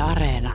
Areena.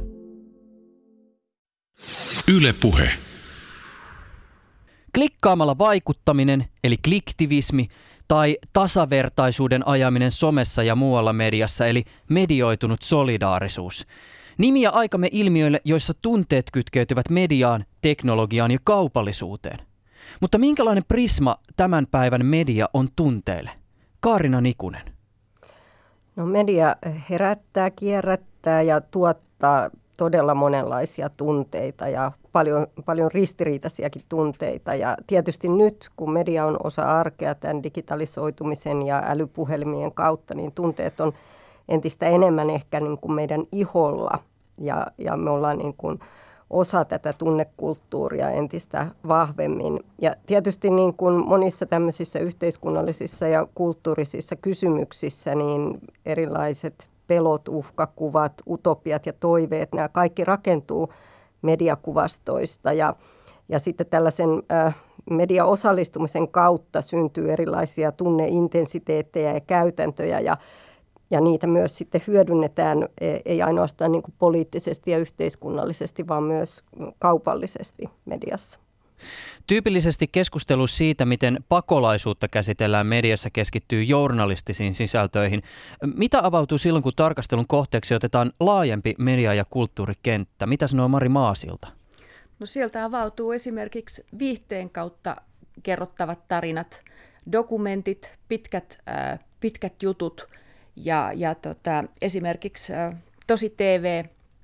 Yle Puhe. Klikkaamalla vaikuttaminen, eli kliktivismi, tai tasavertaisuuden ajaminen somessa ja muualla mediassa, eli medioitunut solidaarisuus. Nimiä aikamme ilmiöille, joissa tunteet kytkeytyvät mediaan, teknologiaan ja kaupallisuuteen. Mutta minkälainen prisma tämän päivän media on tunteille? Kaarina Nikunen. No, media herättää, kierrättää ja tuottaa todella monenlaisia tunteita ja paljon ristiriitaisiakin tunteita. Ja tietysti nyt, kun media on osa arkea tämän digitalisoitumisen ja älypuhelimien kautta, niin tunteet on entistä enemmän ehkä niin kuin meidän iholla. Ja me ollaan niin kuin osa tätä tunnekulttuuria entistä vahvemmin. Ja tietysti niin kuin monissa tämmöisissä yhteiskunnallisissa ja kulttuurisissa kysymyksissä, niin erilaiset pelot, uhkakuvat, utopiat ja toiveet, nämä kaikki rakentuu mediakuvastoista. Ja sitten tällaisen mediaosallistumisen kautta syntyy erilaisia tunneintensiteettejä ja käytäntöjä ja niitä myös sitten hyödynnetään ei ainoastaan niin kuin poliittisesti ja yhteiskunnallisesti, vaan myös kaupallisesti mediassa. Tyypillisesti keskustelu siitä, miten pakolaisuutta käsitellään mediassa, keskittyy journalistisiin sisältöihin. Mitä avautuu silloin, kun tarkastelun kohteeksi otetaan laajempi media- ja kulttuurikenttä? Mitä sanoo Mari Maasilta? No, sieltä avautuu esimerkiksi viihteen kautta kerrottavat tarinat, dokumentit, pitkät jutut ja esimerkiksi tosi TV,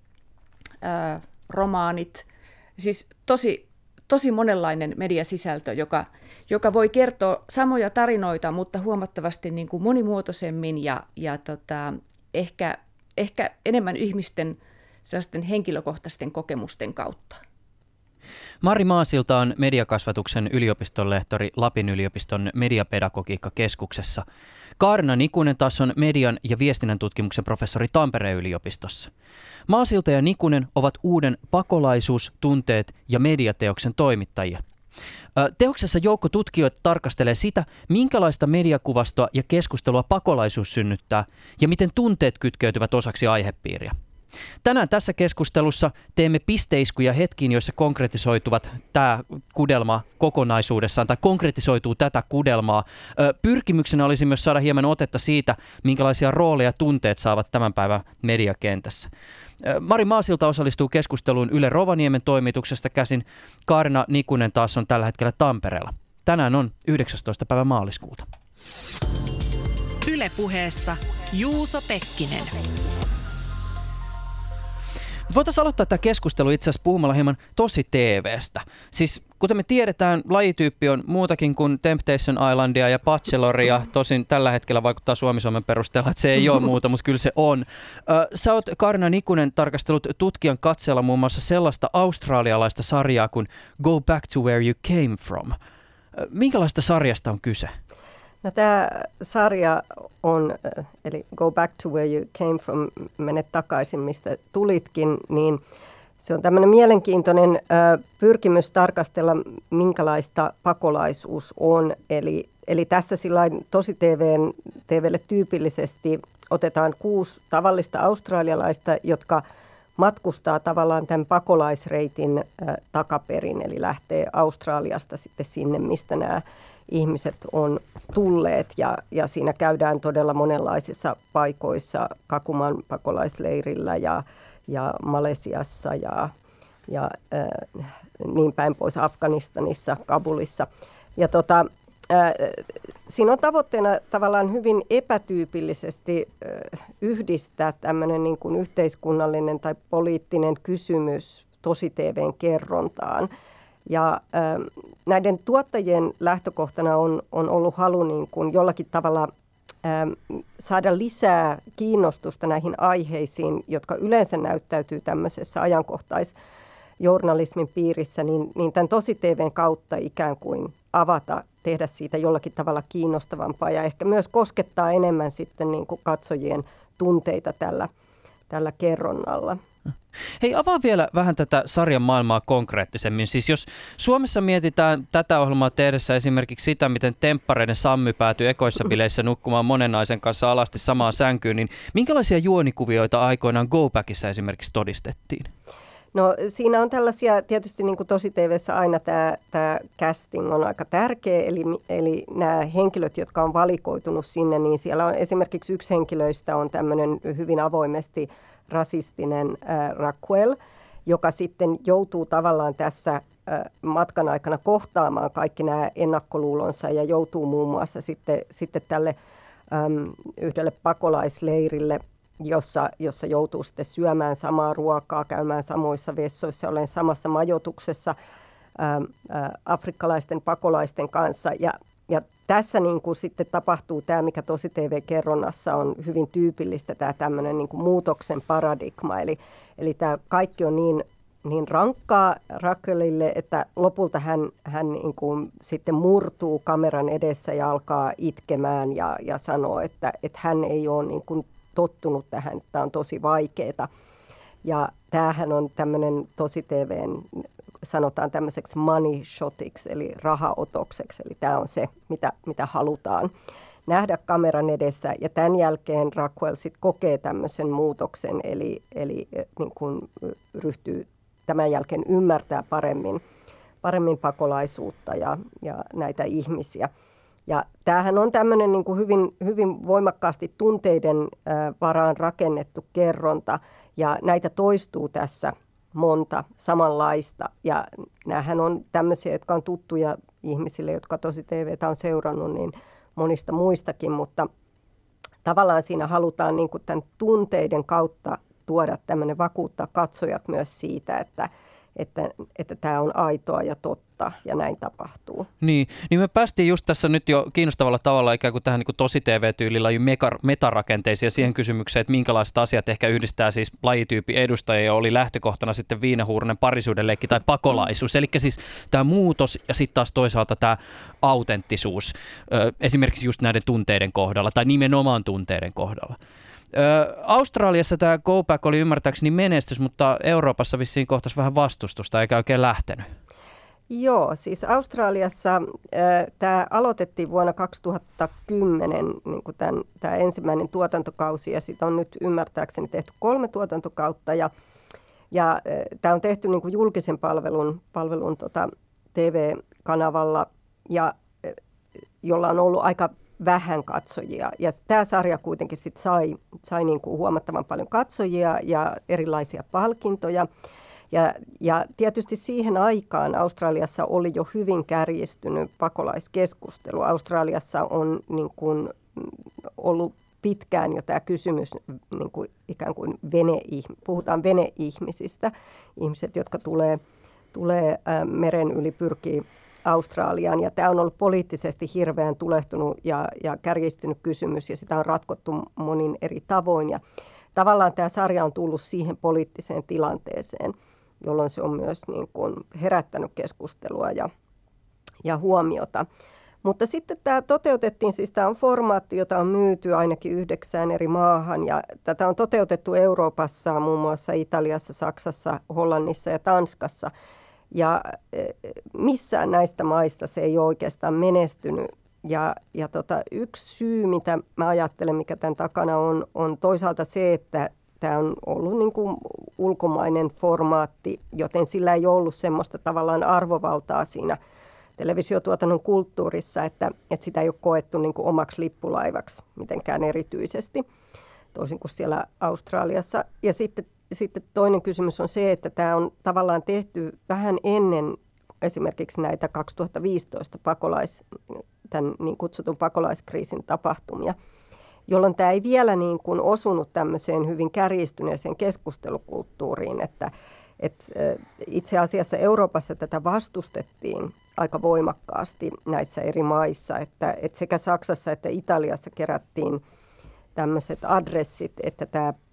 romaanit, siis tosi monenlainen mediasisältö, joka voi kertoa samoja tarinoita, mutta huomattavasti niin kuin monimuotoisemmin ja ehkä enemmän ihmisten sellaisten henkilökohtaisten kokemusten kautta. Mari Maasilta on mediakasvatuksen yliopistonlehtori Lapin yliopiston mediapedagogiikkakeskuksessa. Kaarina Nikunen taas on median ja viestinnän tutkimuksen professori Tampereen yliopistossa. Maasilta ja Nikunen ovat uuden pakolaisuus-, tunteet ja mediateoksen toimittajia. Teoksessa joukko tutkijoita tarkastelee sitä, minkälaista mediakuvastoa ja keskustelua pakolaisuus synnyttää ja miten tunteet kytkeytyvät osaksi aihepiiriä. Tänään tässä keskustelussa teemme pisteiskuja hetkiin, joissa konkretisoituvat tämä kudelma kokonaisuudessaan tai konkretisoituu tätä kudelmaa. Pyrkimyksenä olisi myös saada hieman otetta siitä, minkälaisia rooleja tunteet saavat tämän päivän mediakentässä. Mari Maasilta osallistuu keskusteluun Yle Rovaniemen toimituksesta käsin. Kaarina Nikunen taas on tällä hetkellä Tampereella. Tänään on 19. päivä maaliskuuta. Yle Puheessa Juuso Pekkinen. Voitaisiin aloittaa tämä keskustelu itse asiassa puhumalla hieman tosi TV:stä. Siis kuten me tiedetään, lajityyppi on muutakin kuin Temptation Islandia ja Bacheloria. Tosin tällä hetkellä vaikuttaa Suomi-Suomen perusteella, että se ei ole muuta, mutta kyllä se on. Sä oot, Kaarina Nikunen, tarkastellut tutkijan katseella muun muassa sellaista australialaista sarjaa kuin Go Back to Where You Came From. Minkälaista sarjasta on kyse? No, tämä sarja on, eli Go Back to Where You Came From, mene takaisin, mistä tulitkin, niin se on tämmöinen mielenkiintoinen pyrkimys tarkastella, minkälaista pakolaisuus on. Eli tässä sillain tosi TVlle tyypillisesti otetaan 6 tavallista australialaista, jotka matkustaa tavallaan tämän pakolaisreitin takaperin, eli lähtee Australiasta sitten sinne, mistä nämä ihmiset on tulleet ja siinä käydään todella monenlaisissa paikoissa, Kakuman pakolaisleirillä ja Malesiassa ja niin päin pois, Afganistanissa, Kabulissa. Ja siinä on tavoitteena tavallaan hyvin epätyypillisesti yhdistää tämmöinen niin kuin yhteiskunnallinen tai poliittinen kysymys tosi TV:n kerrontaan. Ja näiden tuottajien lähtökohtana on ollut halu niin kuin jollakin tavalla saada lisää kiinnostusta näihin aiheisiin, jotka yleensä näyttäytyy tämmöisessä ajankohtaisjournalismin piirissä, niin tämän tosi TV:n kautta ikään kuin avata, tehdä siitä jollakin tavalla kiinnostavampaa ja ehkä myös koskettaa enemmän sitten niin kuin katsojien tunteita tällä kerronnalla. Hei, avaa vielä vähän tätä sarjan maailmaa konkreettisemmin. Siis jos Suomessa mietitään tätä ohjelmaa tehdessä esimerkiksi sitä, miten temppareiden Sammy päätyi ekoissa bileissä nukkumaan monen naisen kanssa alasti samaan sänkyyn, niin minkälaisia juonikuvioita aikoinaan Go Backissa esimerkiksi todistettiin? No siinä on tällaisia, tietysti niin kuin tosi-TV:ssä aina tämä casting on aika tärkeä, eli nämä henkilöt, jotka on valikoitunut sinne, niin siellä on esimerkiksi yksi henkilöistä on tämmöinen hyvin avoimesti rasistinen Raquel, joka sitten joutuu tavallaan tässä matkan aikana kohtaamaan kaikki nämä ennakkoluulonsa ja joutuu muun muassa sitten tälle yhdelle pakolaisleirille, jossa joutuu sitten syömään samaa ruokaa, käymään samoissa vessoissa, olen samassa majoituksessa afrikkalaisten pakolaisten kanssa. Ja tässä niin kuin sitten tapahtuu tämä, mikä tosi-TV-kerronnassa on hyvin tyypillistä, tämä tämmöinen niin kuin muutoksen paradigma. Eli tämä kaikki on niin rankkaa Raquelille, että lopulta hän niin kuin sitten murtuu kameran edessä ja alkaa itkemään ja sanoo, että hän ei ole niin kuin tottunut tähän, että tämä on tosi vaikeaa. Ja tämähän on tämmöinen tosi-TV:n, sanotaan tämmöiseksi money shotiksi, eli rahaotokseksi. Eli tämä on se, mitä halutaan nähdä kameran edessä. Ja tämän jälkeen Raquel sitten kokee tämmöisen muutoksen, eli niin kuin ryhtyy tämän jälkeen ymmärtää paremmin pakolaisuutta ja näitä ihmisiä. Ja tämähän on tämmöinen niin kuin hyvin voimakkaasti tunteiden varaan rakennettu kerronta, ja näitä toistuu tässä monta samanlaista. Ja näähän on tämmöisiä, jotka on tuttuja ihmisille, jotka tosi-TV:tä on seurannut, niin monista muistakin, mutta tavallaan siinä halutaan niin kuin tämän tunteiden kautta tuoda tämmöinen, vakuuttaa katsojat myös siitä, että tämä on aitoa ja totta ja näin tapahtuu. Niin me päästiin just tässä nyt jo kiinnostavalla tavalla ikään kuin tähän niin kuin tosi-TV-tyylilajin metarakenteisiin ja siihen kysymykseen, että minkälaiset asiat ehkä yhdistää siis lajityypin edustajia, ja oli lähtökohtana sitten viinahuurunen parisuudenleikki tai pakolaisuus. Eli siis tämä muutos ja sitten taas toisaalta tämä autenttisuus, esimerkiksi just näiden tunteiden kohdalla tai nimenomaan tunteiden kohdalla. Australiassa tämä Go Back oli ymmärtääkseni menestys, mutta Euroopassa vissiin kohtasi vähän vastustusta, eikä oikein lähtenyt. Joo, siis Australiassa tämä aloitettiin vuonna 2010, niin kuin tämä ensimmäinen tuotantokausi, ja sitä on nyt ymmärtääkseni tehty 3 tuotantokautta, ja tämä on tehty niin kuin julkisen palvelun TV-kanavalla, ja jolla on ollut aika vähän katsojia. Ja tämä sarja kuitenkin sit sai niin kuin huomattavan paljon katsojia ja erilaisia palkintoja. Ja tietysti siihen aikaan Australiassa oli jo hyvin kärjistynyt pakolaiskeskustelu. Australiassa on niin kuin ollut pitkään jo tämä kysymys niin kuin ikään kuin puhutaan veneihmisistä. Ihmiset, jotka tulee meren yli, pyrkii Australiaan, ja tämä on ollut poliittisesti hirveän tulehtunut ja kärjistynyt kysymys, ja sitä on ratkottu monin eri tavoin, ja tavallaan tämä sarja on tullut siihen poliittiseen tilanteeseen, jolloin se on myös niin kuin herättänyt keskustelua ja huomiota. Mutta sitten tämä toteutettiin, siis tämä on formaatti, jota on myyty ainakin 9 eri maahan, ja tätä on toteutettu Euroopassa, muun muassa Italiassa, Saksassa, Hollannissa ja Tanskassa. Ja missään näistä maista se ei ole oikeastaan menestynyt. Ja yksi syy, mitä mä ajattelen, mikä tämän takana on toisaalta se, että tämä on ollut niin kuin ulkomainen formaatti, joten sillä ei ollut semmoista tavallaan arvovaltaa siinä televisiotuotannon kulttuurissa, että sitä ei ole koettu niin kuin omaksi lippulaivaksi mitenkään erityisesti, toisin kuin siellä Australiassa. Ja sitten toinen kysymys on se, että tämä on tavallaan tehty vähän ennen esimerkiksi näitä 2015 tämän niin kutsutun pakolaiskriisin tapahtumia, jolloin tämä ei vielä niin kuin osunut tämmöiseen hyvin kärjistyneeseen keskustelukulttuuriin, että itse asiassa Euroopassa tätä vastustettiin aika voimakkaasti näissä eri maissa, että sekä Saksassa että Italiassa kerättiin tämmöiset adressit, että tämä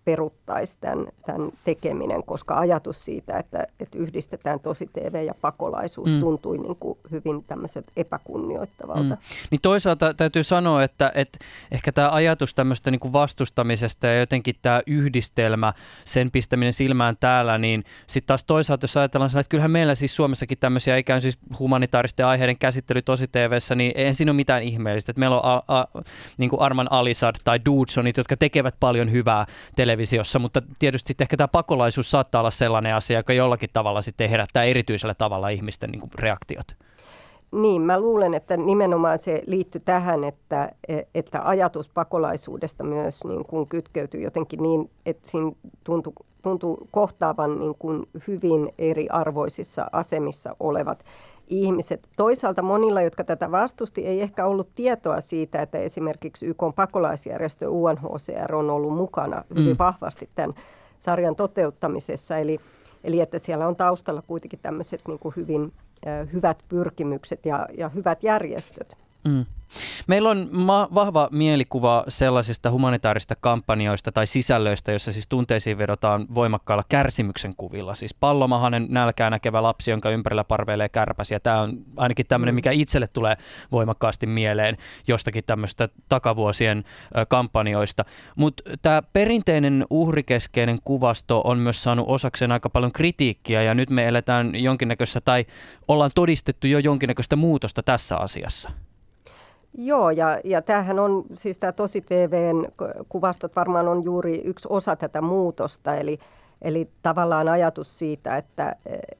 peruttaisi tämän tekeminen, koska ajatus siitä, että yhdistetään tosi-TV ja pakolaisuus tuntui niin kuin hyvin tämmöiset epäkunnioittavalta. Niin toisaalta täytyy sanoa, että ehkä tämä ajatus tämmöistä niin kuin vastustamisesta ja jotenkin tämä yhdistelmä, sen pistäminen silmään täällä, niin sitten taas toisaalta, jos ajatellaan että kyllähän meillä siis Suomessakin tämmöisiä ikään siis humanitaaristen aiheiden käsittely tosi-TV:ssä, niin eihän siinä ole mitään ihmeellistä. Että meillä on niin kuin Arman Alisad tai Dudesonit, jotka tekevät paljon hyvää televisiossa, mutta tietysti sitten ehkä tämä pakolaisuus saattaa olla sellainen asia, joka jollakin tavalla sitten herättää erityisellä tavalla ihmisten niin kuin reaktiot. Niin, mä luulen, että nimenomaan se liittyy tähän, että ajatus pakolaisuudesta myös niin kuin kytkeytyy jotenkin niin, että siinä tuntuu kohtaavan niin kuin hyvin eriarvoisissa asemissa olevat ihmiset. Toisaalta monilla, jotka tätä vastusti, ei ehkä ollut tietoa siitä, että esimerkiksi YK:n pakolaisjärjestö UNHCR on ollut mukana hyvin vahvasti tämän sarjan toteuttamisessa. Eli että siellä on taustalla kuitenkin tämmöiset niin kuin hyvin hyvät pyrkimykset ja hyvät järjestöt. Meillä on vahva mielikuva sellaisista humanitaarista kampanjoista tai sisällöistä, joissa siis tunteisiin vedotaan voimakkaalla kärsimyksen kuvilla. Siis pallomahainen nälkää näkevä lapsi, jonka ympärillä parveilee kärpäs. Ja tämä on ainakin tämmöinen, mikä itselle tulee voimakkaasti mieleen jostakin tämmöistä takavuosien kampanjoista. Mutta tämä perinteinen uhrikeskeinen kuvasto on myös saanut osakseen aika paljon kritiikkiä. Ja nyt me eletään jonkinnäköistä tai ollaan todistettu jo jonkinnäköistä muutosta tässä asiassa. Joo, ja tämähän on, siis tämä tosi-TV:n kuvastot varmaan on juuri yksi osa tätä muutosta, eli tavallaan ajatus siitä, että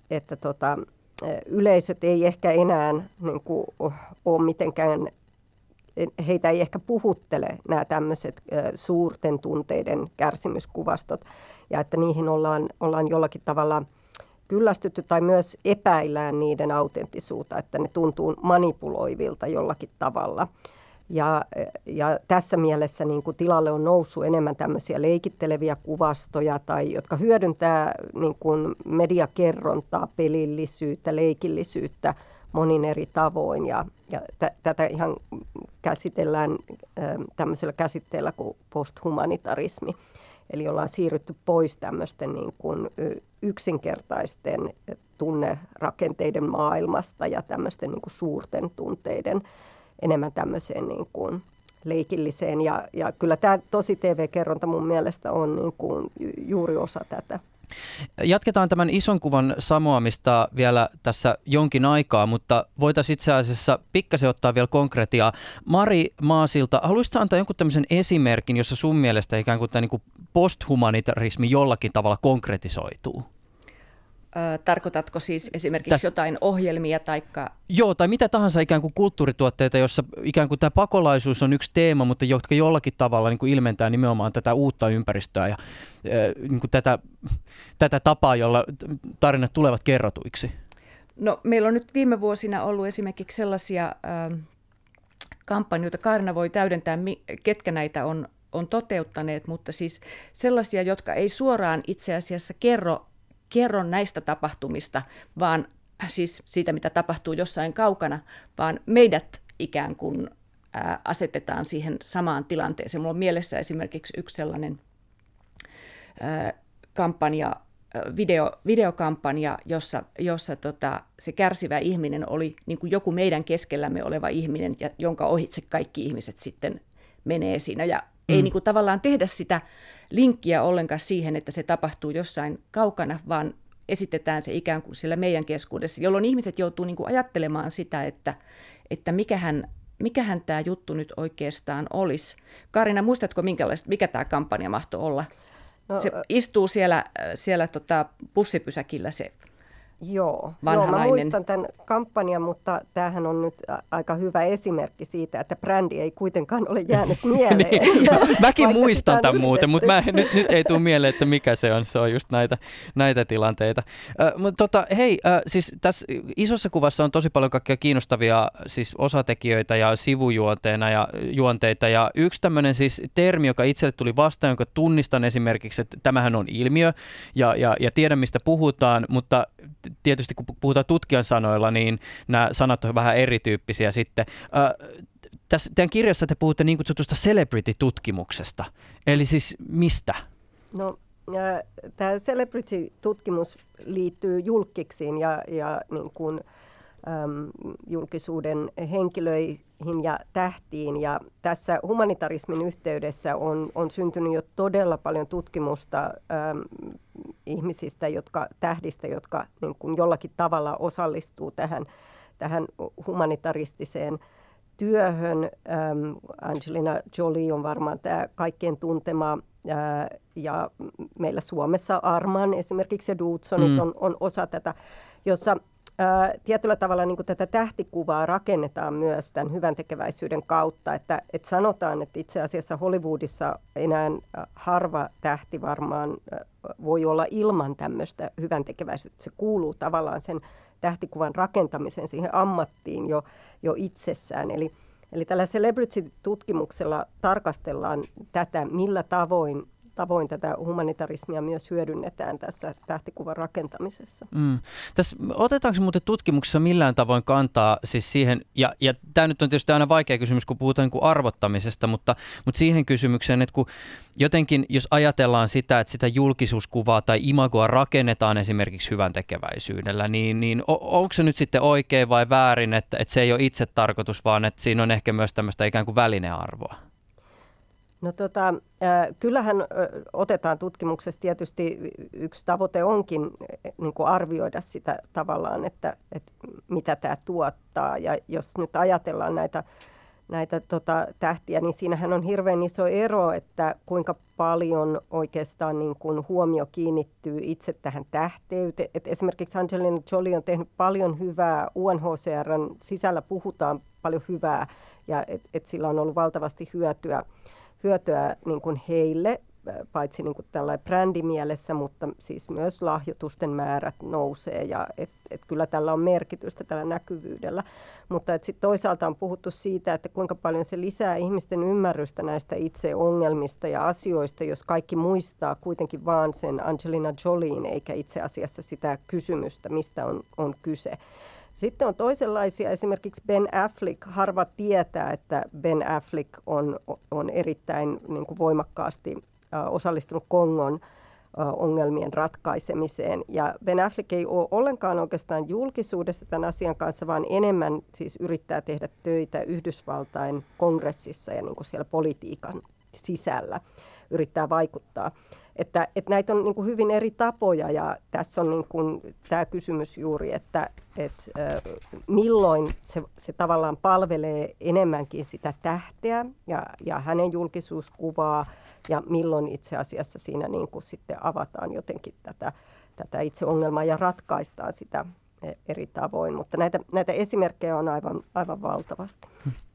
yleisöt ei ehkä enää niin kuin, ole mitenkään, heitä ei ehkä puhuttele nämä tämmöiset suurten tunteiden kärsimyskuvastot, ja että niihin ollaan jollakin tavalla kyllästytty tai myös epäillään niiden autenttisuutta, että ne tuntuu manipuloivilta jollakin tavalla. Ja tässä mielessä niin kuin tilalle on noussut enemmän tämmöisiä leikitteleviä kuvastoja, jotka hyödyntää niin kuin mediakerrontaa, pelillisyyttä, leikillisyyttä monin eri tavoin. Ja tätä ihan käsitellään tämmöisellä käsitteellä kuin posthumanitarismi. Eli ollaan siirrytty pois tämmöisten niin kuin yksinkertaisten tunnerakenteiden maailmasta ja tämmöisten niin kuin suurten tunteiden enemmän tämmöiseen niin kuin leikilliseen. Ja kyllä tämä tosi-TV-kerronta mun mielestä on niin kuin juuri osa tätä. Jatketaan tämän ison kuvan samoamista vielä tässä jonkin aikaa, mutta voitaisiin itse asiassa pikkasen ottaa vielä konkretiaa. Mari Maasilta, haluaisitko antaa jonkun tämmöisen esimerkin, jossa sun mielestä ikään kuin tämä niin kuin posthumanitarismi jollakin tavalla konkretisoituu? Tarkoitatko siis esimerkiksi jotain ohjelmia taikka? Joo, tai mitä tahansa ikään kuin kulttuurituotteita, jossa ikään kuin tämä pakolaisuus on yksi teema, mutta jotka jollakin tavalla niin kuin ilmentää nimenomaan tätä uutta ympäristöä ja niin kuin tätä tapaa, jolla tarinat tulevat kerrotuiksi. No, meillä on nyt viime vuosina ollut esimerkiksi sellaisia kampanjoita, Kaarina voi täydentää, ketkä näitä on toteuttaneet, mutta siis sellaisia, jotka ei suoraan itse asiassa kerro näistä tapahtumista, vaan siis siitä, mitä tapahtuu jossain kaukana, vaan meidät ikään kuin asetetaan siihen samaan tilanteeseen. Mulla on mielessä esimerkiksi yksi sellainen kampanja, videokampanja, jossa se kärsivä ihminen oli niin kuin joku meidän keskellämme oleva ihminen, jonka ohitse kaikki ihmiset sitten menee siinä. Ja ei niin kuin tavallaan tehdä sitä linkkiä ollenkaan siihen, että se tapahtuu jossain kaukana, vaan esitetään se ikään kuin siellä meidän keskuudessa, jolloin ihmiset joutuu niin kuin ajattelemaan sitä, että mikähän tämä juttu nyt oikeastaan olisi. Kaarina, muistatko, mikä tämä kampanja mahtoi olla? No, se istuu siellä bussipysäkillä se vanha mä nainen. Muistan tämän kampanjan, mutta tämähän on nyt aika hyvä esimerkki siitä, että brändi ei kuitenkaan ole jäänyt mieleen. Mäkin muistan tämän muuten, mutta nyt ei tule mieleen, että mikä se on just näitä tilanteita. Siis tässä isossa kuvassa on tosi paljon kaikkia kiinnostavia siis osatekijöitä ja sivujuonteita ja yksi tämmöinen siis termi, joka itselle tuli vastaan, jonka tunnistan esimerkiksi, että tämähän on ilmiö ja tiedän, mistä puhutaan, mutta tietysti kun puhutaan tutkijan sanoilla, niin nämä sanat on vähän erityyppisiä sitten. Tässä teidän kirjassa te puhutte niin kutsutusta celebrity-tutkimuksesta. Eli siis mistä? No, tämä celebrity-tutkimus liittyy julkiksiin ja niin kuin, julkisuuden henkilöihin ja tähtiin. Ja tässä humanitarismin yhteydessä on syntynyt jo todella paljon tutkimusta ihmisistä, tähdistä, jotka niin kuin jollakin tavalla osallistuu tähän humanitaristiseen työhön. Angelina Jolie on varmaan tämä kaikkien tuntema, ja meillä Suomessa Arman esimerkiksi ja Dudesonit on osa tätä, jossa tietyllä tavalla niin kuin tätä tähtikuvaa rakennetaan myös tämän hyväntekeväisyyden kautta, että sanotaan, että itse asiassa Hollywoodissa enää harva tähti varmaan voi olla ilman tämmöistä hyväntekeväisyyttä. Se kuuluu tavallaan sen tähtikuvan rakentamiseen siihen ammattiin jo itsessään. Eli tällä celebrity-tutkimuksella tarkastellaan tätä, millä tavoin tätä humanitarismia myös hyödynnetään tässä tähtikuvan rakentamisessa. Otetaanko muuten tutkimuksessa millään tavoin kantaa siis siihen, ja tämä nyt on tietysti aina vaikea kysymys, kun puhutaan niin kuin arvottamisesta, mutta siihen kysymykseen, että kun jotenkin, jos ajatellaan sitä, että sitä julkisuuskuvaa tai imagoa rakennetaan esimerkiksi hyväntekeväisyydellä, niin onko se nyt sitten oikein vai väärin, että se ei ole itse tarkoitus, vaan että siinä on ehkä myös tämmöistä ikään kuin välinearvoa? No kyllähän otetaan tutkimuksessa tietysti yksi tavoite onkin niin kuin arvioida sitä tavallaan, että mitä tämä tuottaa. Ja jos nyt ajatellaan näitä tähtiä, niin siinähän on hirveän iso ero, että kuinka paljon oikeastaan niin kuin huomio kiinnittyy itse tähän tähteyteen. Et esimerkiksi Angelina Jolie on tehnyt paljon hyvää, UNHCR:n sisällä puhutaan paljon hyvää ja että sillä on ollut valtavasti hyötyä niin kuin heille, paitsi niin kuin tällainen brändimielessä, mutta siis myös lahjoitusten määrät nousee ja kyllä tällä on merkitystä tällä näkyvyydellä. Mutta sitten toisaalta on puhuttu siitä, että kuinka paljon se lisää ihmisten ymmärrystä näistä itse ongelmista ja asioista, jos kaikki muistaa kuitenkin vaan sen Angelina Jolien eikä itse asiassa sitä kysymystä, mistä on kyse. Sitten on toisenlaisia, esimerkiksi Ben Affleck. Harva tietää, että Ben Affleck on erittäin niin kuin voimakkaasti osallistunut Kongon ongelmien ratkaisemiseen. Ja Ben Affleck ei ole ollenkaan oikeastaan julkisuudessa tämän asian kanssa, vaan enemmän siis yrittää tehdä töitä Yhdysvaltain kongressissa ja niin kuin siellä politiikan sisällä yrittää vaikuttaa. Että näitä on niin kuin hyvin eri tapoja ja tässä on niin kuin tämä kysymys juuri, että milloin se tavallaan palvelee enemmänkin sitä tähteä ja hänen julkisuuskuvaa ja milloin itse asiassa siinä niin kuin sitten avataan jotenkin tätä itse ongelmaa ja ratkaistaan sitä eri tavoin. Mutta näitä esimerkkejä on aivan valtavasti.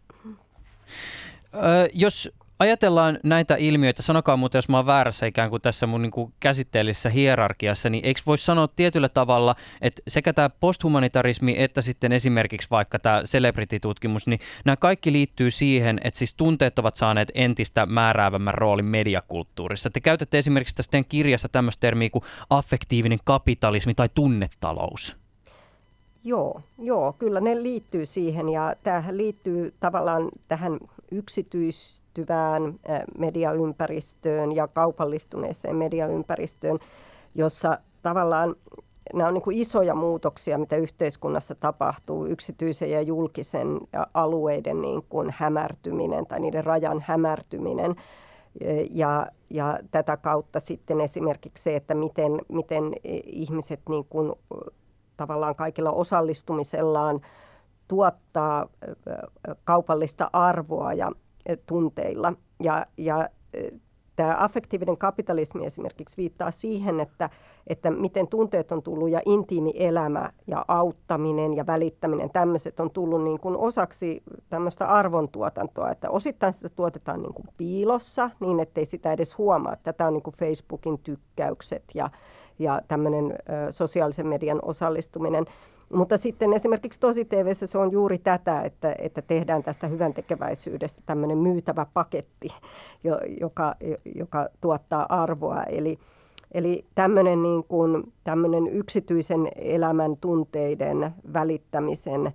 Jos ajatellaan näitä ilmiöitä, sanokaa muuten, jos mä oon väärässä ikään kuin tässä mun niin kuin käsitteellisessä hierarkiassa, niin eikö voi sanoa tietyllä tavalla, että sekä tämä posthumanitarismi että sitten esimerkiksi vaikka tämä celebrity-tutkimus, niin nämä kaikki liittyy siihen, että siis tunteet ovat saaneet entistä määräävämmän roolin mediakulttuurissa. Te käytätte esimerkiksi tässä teidän kirjassa tämmöistä termiä kuin affektiivinen kapitalismi tai tunnetalous. Joo, kyllä ne liittyy siihen ja tämähän liittyy tavallaan tähän yksityistyvään mediaympäristöön ja kaupallistuneeseen mediaympäristöön, jossa tavallaan nämä on niin kuin isoja muutoksia, mitä yhteiskunnassa tapahtuu, yksityisen ja julkisen alueiden niin kuin hämärtyminen tai niiden rajan hämärtyminen ja tätä kautta sitten esimerkiksi se, että miten ihmiset niin kuin tavallaan kaikilla osallistumisellaan tuottaa kaupallista arvoa ja tunteilla. Ja tämä affektiivinen kapitalismi esimerkiksi viittaa siihen, että miten tunteet on tullut ja intiimi elämä ja auttaminen ja välittäminen, tämmöiset on tullut niin kuin osaksi tämmöistä arvontuotantoa, että osittain sitä tuotetaan niin kuin piilossa niin, ettei sitä edes huomaa. Tätä on niin kuin Facebookin tykkäykset ja tämmöinen sosiaalisen median osallistuminen. Mutta sitten esimerkiksi TosiTV:ssä se on juuri tätä, että tehdään tästä hyväntekeväisyydestä tämmöinen myytävä paketti, joka tuottaa arvoa. Eli tämmöinen yksityisen elämän tunteiden välittämisen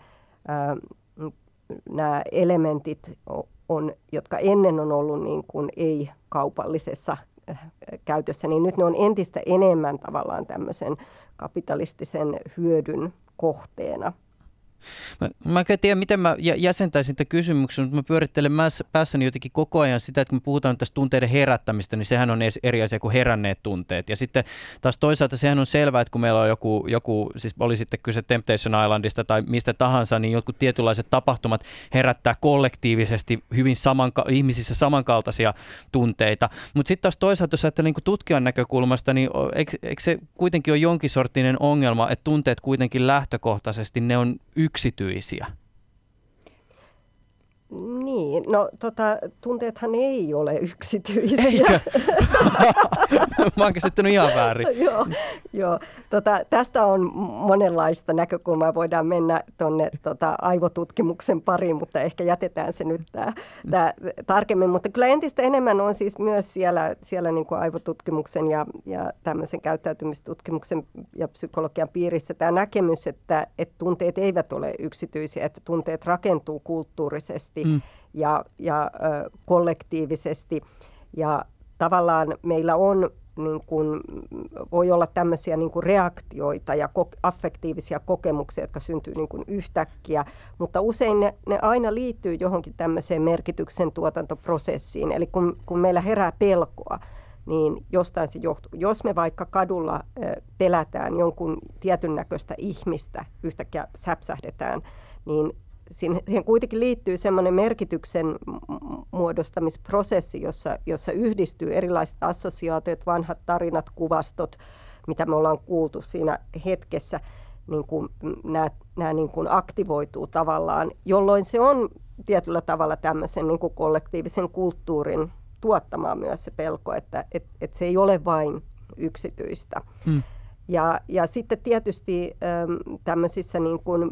nämä elementit jotka ennen on ollut niin kuin ei-kaupallisessa käytössä, niin nyt ne on entistä enemmän tavallaan tämmöisen kapitalistisen hyödyn kohteena. Mä en tiedä, miten mä jäsentäisin tämän kysymyksen, mutta mä pyörittelen päässäni jotenkin koko ajan sitä, että kun me puhutaan tästä tunteiden herättämistä, niin sehän on eri asia kuin heränneet tunteet. Ja sitten taas toisaalta sehän on selvää, että kun meillä on joku siis oli sitten kyse Temptation Islandista tai mistä tahansa, niin jotkut tietynlaiset tapahtumat herättää kollektiivisesti hyvin ihmisissä samankaltaisia tunteita. Mutta sitten taas toisaalta, jos ajattelee niin tutkijan näkökulmasta, niin eikö se kuitenkin ole jonkin sorttinen ongelma, että tunteet kuitenkin lähtökohtaisesti, ne on yksityisiä? Niin, no tunteethan ei ole yksityisiä. Eikö? Mä oon käsittänyt ihan väärin. Joo. Tästä on monenlaista näkökulmaa. Voidaan mennä tuonne aivotutkimuksen pariin, mutta ehkä jätetään se nyt tää tarkemmin. Mutta kyllä entistä enemmän on siis myös siellä niin kuin aivotutkimuksen ja tämmöisen käyttäytymistutkimuksen ja psykologian piirissä tämä näkemys, että tunteet eivät ole yksityisiä, että tunteet rakentuu kulttuurisesti ja kollektiivisesti. Ja tavallaan meillä on, niin kuin, voi olla tämmöisiä niin kuin reaktioita ja affektiivisia kokemuksia, jotka syntyy niin kuin yhtäkkiä, mutta usein ne aina liittyy johonkin tämmöiseen merkityksen tuotantoprosessiin. Eli kun meillä herää pelkoa, niin jostain se johtuu. Jos me vaikka kadulla pelätään jonkun tietyn näköistä ihmistä, yhtäkkiä säpsähdetään, niin siihen kuitenkin liittyy semmoinen merkityksen muodostamisprosessi, jossa yhdistyy erilaiset assosiaatiot, vanhat tarinat, kuvastot, mitä me ollaan kuultu siinä hetkessä, niin kuin nämä niin kuin aktivoituu tavallaan, jolloin se on tietyllä tavalla tämmöisen niin kuin kollektiivisen kulttuurin tuottamaan myös se pelko, että se ei ole vain yksityistä. Ja sitten tietysti tämmöisissä niin kuin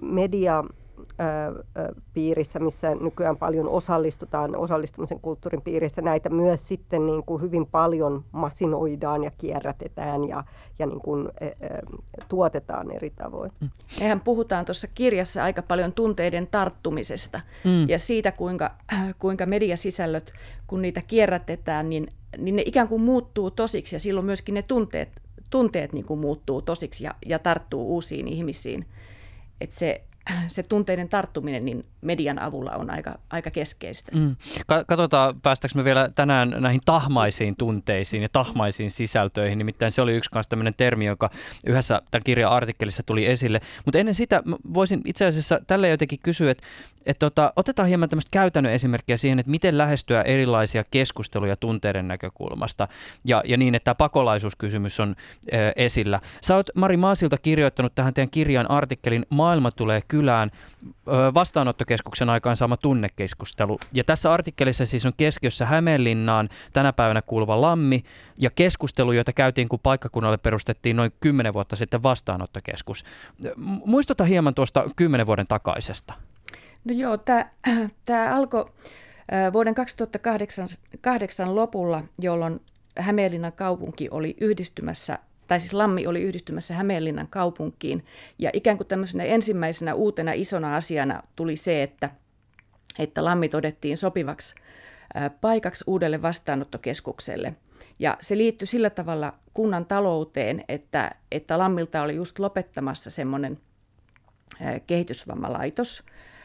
piirissä, missä nykyään paljon osallistutaan, osallistumisen kulttuurin piirissä, näitä myös sitten niin kuin hyvin paljon masinoidaan ja kierrätetään ja niin kuin, tuotetaan eri tavoin. Mehän puhutaan tuossa kirjassa aika paljon tunteiden tarttumisesta ja siitä, kuinka mediasisällöt, kun niitä kierrätetään, niin ne ikään kuin muuttuu tosiksi ja silloin myöskin ne tunteet niin kuin muuttuu tosiksi ja tarttuu uusiin ihmisiin. Että se tunteiden tarttuminen niin median avulla on aika keskeistä. Katsotaan, päästäänkö me vielä tänään näihin tahmaisiin tunteisiin ja tahmaisiin sisältöihin. Nimittäin se oli yksi kanssa tämmöinen termi, joka yhdessä tämän kirjan artikkelissa tuli esille. Mutta ennen sitä voisin itse asiassa tälle jotenkin kysyä, että otetaan hieman tämmöistä käytännön esimerkkiä siihen, että miten lähestyä erilaisia keskusteluja tunteiden näkökulmasta ja niin, että tämä pakolaisuuskysymys on esillä. Sä oot Mari Maasilta kirjoittanut tähän teidän kirjan artikkelin Maailma tulee kylään, vastaanottokeskuksen aikaan saama tunnekeskustelu. Ja tässä artikkelissa siis on keskiössä Hämeenlinnaan tänä päivänä kuuluva Lammi ja keskustelu, jota käytiin, kun paikkakunnalle perustettiin noin 10 vuotta sitten vastaanottokeskus. Muistuta hieman tuosta 10 vuoden takaisesta. No joo, tämä alkoi vuoden 2008 lopulla, jolloin Hämeenlinnan kaupunki oli yhdistymässä, tai siis Lammi oli yhdistymässä Hämeenlinnan kaupunkiin. Ja ikään kuin tämmöisenä ensimmäisenä uutena isona asiana tuli se, että Lammi todettiin sopivaksi paikaksi uudelle vastaanottokeskukselle. Ja se liittyi sillä tavalla kunnan talouteen, että Lammilta oli just lopettamassa semmoinen kehitysvammalaitos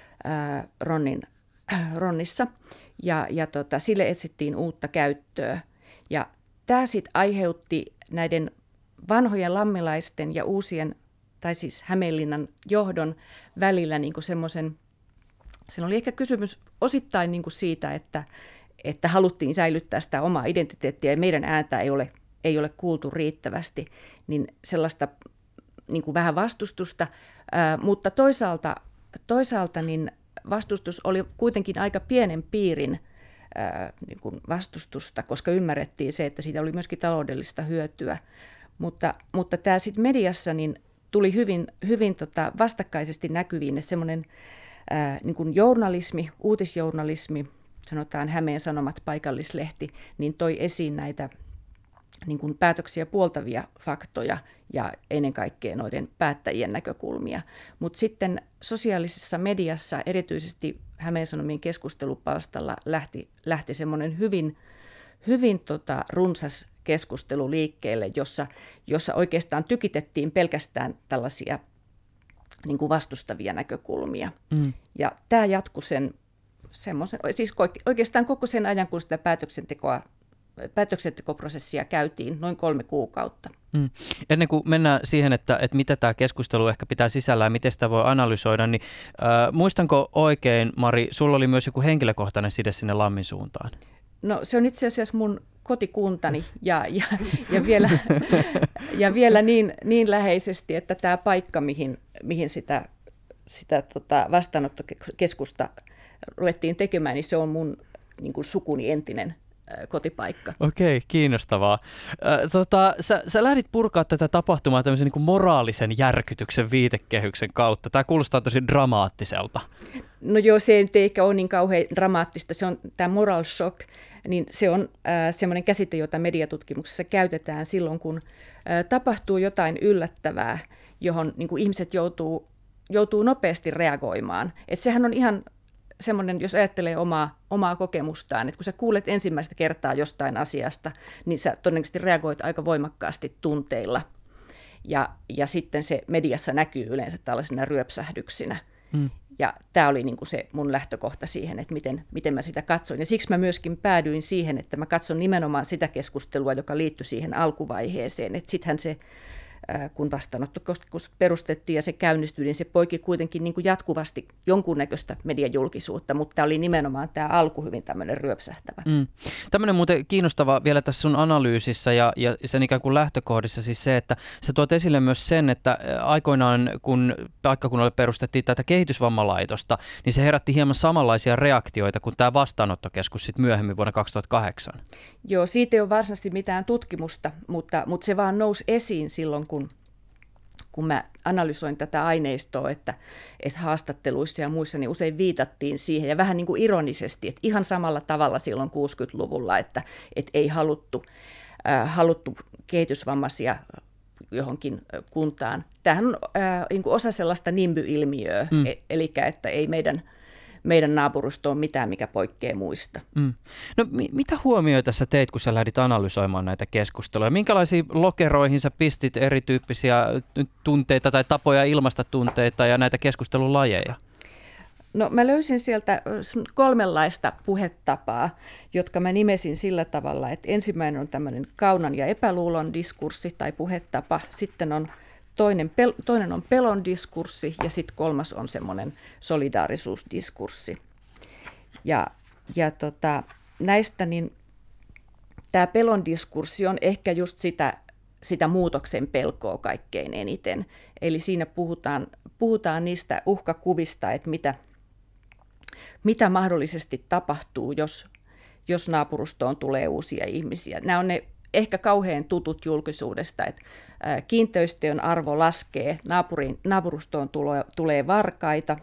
Ronnissa, ja sille etsittiin uutta käyttöä. Ja tämä sitten aiheutti näiden vanhojen lammilaisten ja uusien, tai siis Hämeenlinnan johdon välillä niin kuin semmoisen, siinä oli ehkä kysymys osittain niin kuin siitä, että haluttiin säilyttää sitä omaa identiteettiä ja meidän ääntä ei ole kuultu riittävästi, niin sellaista niin kuin vähän vastustusta, mutta toisaalta niin vastustus oli kuitenkin aika pienen piirin niin kuin vastustusta, koska ymmärrettiin se, että siitä oli myöskin taloudellista hyötyä. Mutta tämä sitten mediassa niin tuli hyvin vastakkaisesti näkyviin, että semmoinen niin kuin journalismi, uutisjournalismi, sanotaan Hämeen Sanomat paikallislehti, niin toi esiin näitä niin kuin päätöksiä puoltavia faktoja ja ennen kaikkea noiden päättäjien näkökulmia. Mutta sitten sosiaalisessa mediassa, erityisesti Hämeen Sanomien keskustelupalstalla, lähti semmoinen hyvin runsas keskustelu liikkeelle, jossa oikeastaan tykitettiin pelkästään tällaisia niin kuin vastustavia näkökulmia. Ja tämä jatkui siis oikeastaan koko sen ajan, kun sitä päätöksentekoprosessia käytiin, noin 3 kuukautta. Ennen kuin mennään siihen, että mitä tämä keskustelu ehkä pitää sisällään, miten sitä voi analysoida, niin muistanko oikein, Mari, sulla oli myös joku henkilökohtainen side sinne Lammin suuntaan? No se on itse asiassa mun kotikuntani ja vielä niin läheisesti, että tämä paikka, mihin sitä vastaanottokeskusta ruvettiin tekemään, niin se on mun niin kuin sukuni entinen kotipaikka. Okei, kiinnostavaa. Sä lähdit purkaa tätä tapahtumaa tämmöisen niin kuin moraalisen järkytyksen viitekehyksen kautta. Tämä kuulostaa tosi dramaattiselta. No joo, se ei ehkä ole niin kauhean dramaattista. Se on tämä moral shock, niin se on semmoinen käsite, jota mediatutkimuksessa käytetään silloin, kun tapahtuu jotain yllättävää, johon niin kuin ihmiset joutuu nopeasti reagoimaan. Et sehän on ihan semmoinen, jos ajattelee omaa kokemustaan, että kun sä kuulet ensimmäistä kertaa jostain asiasta, niin sä todennäköisesti reagoit aika voimakkaasti tunteilla. Ja sitten se mediassa näkyy yleensä tällaisina ryöpsähdyksinä. Ja tämä oli niin kuin se mun lähtökohta siihen, että miten mä sitä katsoin. Ja siksi mä myöskin päädyin siihen, että mä katson nimenomaan sitä keskustelua, joka liittyi siihen alkuvaiheeseen. Että sittenhän se, kun vastaanottokeskus perustettiin ja se käynnistyi, niin se poiki kuitenkin niin kuin jatkuvasti jonkunnäköistä mediajulkisuutta, mutta tämä oli nimenomaan tämä alku hyvin tämmöinen ryöpsähtävä. Tämmöinen muuten kiinnostava vielä tässä sun analyysissä ja sen ikään kuin lähtökohdissa siis se, että sä tuot esille myös sen, että aikoinaan kun paikkakunnalle perustettiin tätä kehitysvammalaitosta, niin se herätti hieman samanlaisia reaktioita kuin tämä vastaanottokeskus sitten myöhemmin vuonna 2008. Joo, siitä ei ole varsinaisesti mitään tutkimusta, mutta se vaan nousi esiin silloin, kun mä analysoin tätä aineistoa, että haastatteluissa ja muissa niin usein viitattiin siihen, ja vähän niin kuin ironisesti, että ihan samalla tavalla silloin 60-luvulla, että ei haluttu kehitysvammaisia johonkin kuntaan. Tämähän on niin kuin osa sellaista nimby-ilmiöä, eli että ei meidän naapurusto on mitään, mikä poikkeaa muista. No mitä huomioita sä teit, kun sä lähdit analysoimaan näitä keskusteluja? Minkälaisiin lokeroihin sä pistit erityyppisiä tunteita tai tapoja ilmaista tunteita ja näitä keskustelulajeja? No mä löysin sieltä 3 puhetapaa, jotka mä nimesin sillä tavalla, että ensimmäinen on tämmöinen kaunan ja epäluulon diskurssi tai puhetapa, sitten on toinen on pelon diskurssi ja sitten 3 on semmoinen solidaarisuusdiskurssi. Ja näistä niin tämä pelon diskurssi on ehkä just sitä muutoksen pelkoa kaikkein eniten. Eli siinä puhutaan niistä uhkakuvista, että mitä mahdollisesti tapahtuu, jos naapurustoon tulee uusia ihmisiä. Nämä on ne ehkä kauhean tutut julkisuudesta, että kiinteistöjen arvo laskee, naapurustoon tulee varkaita,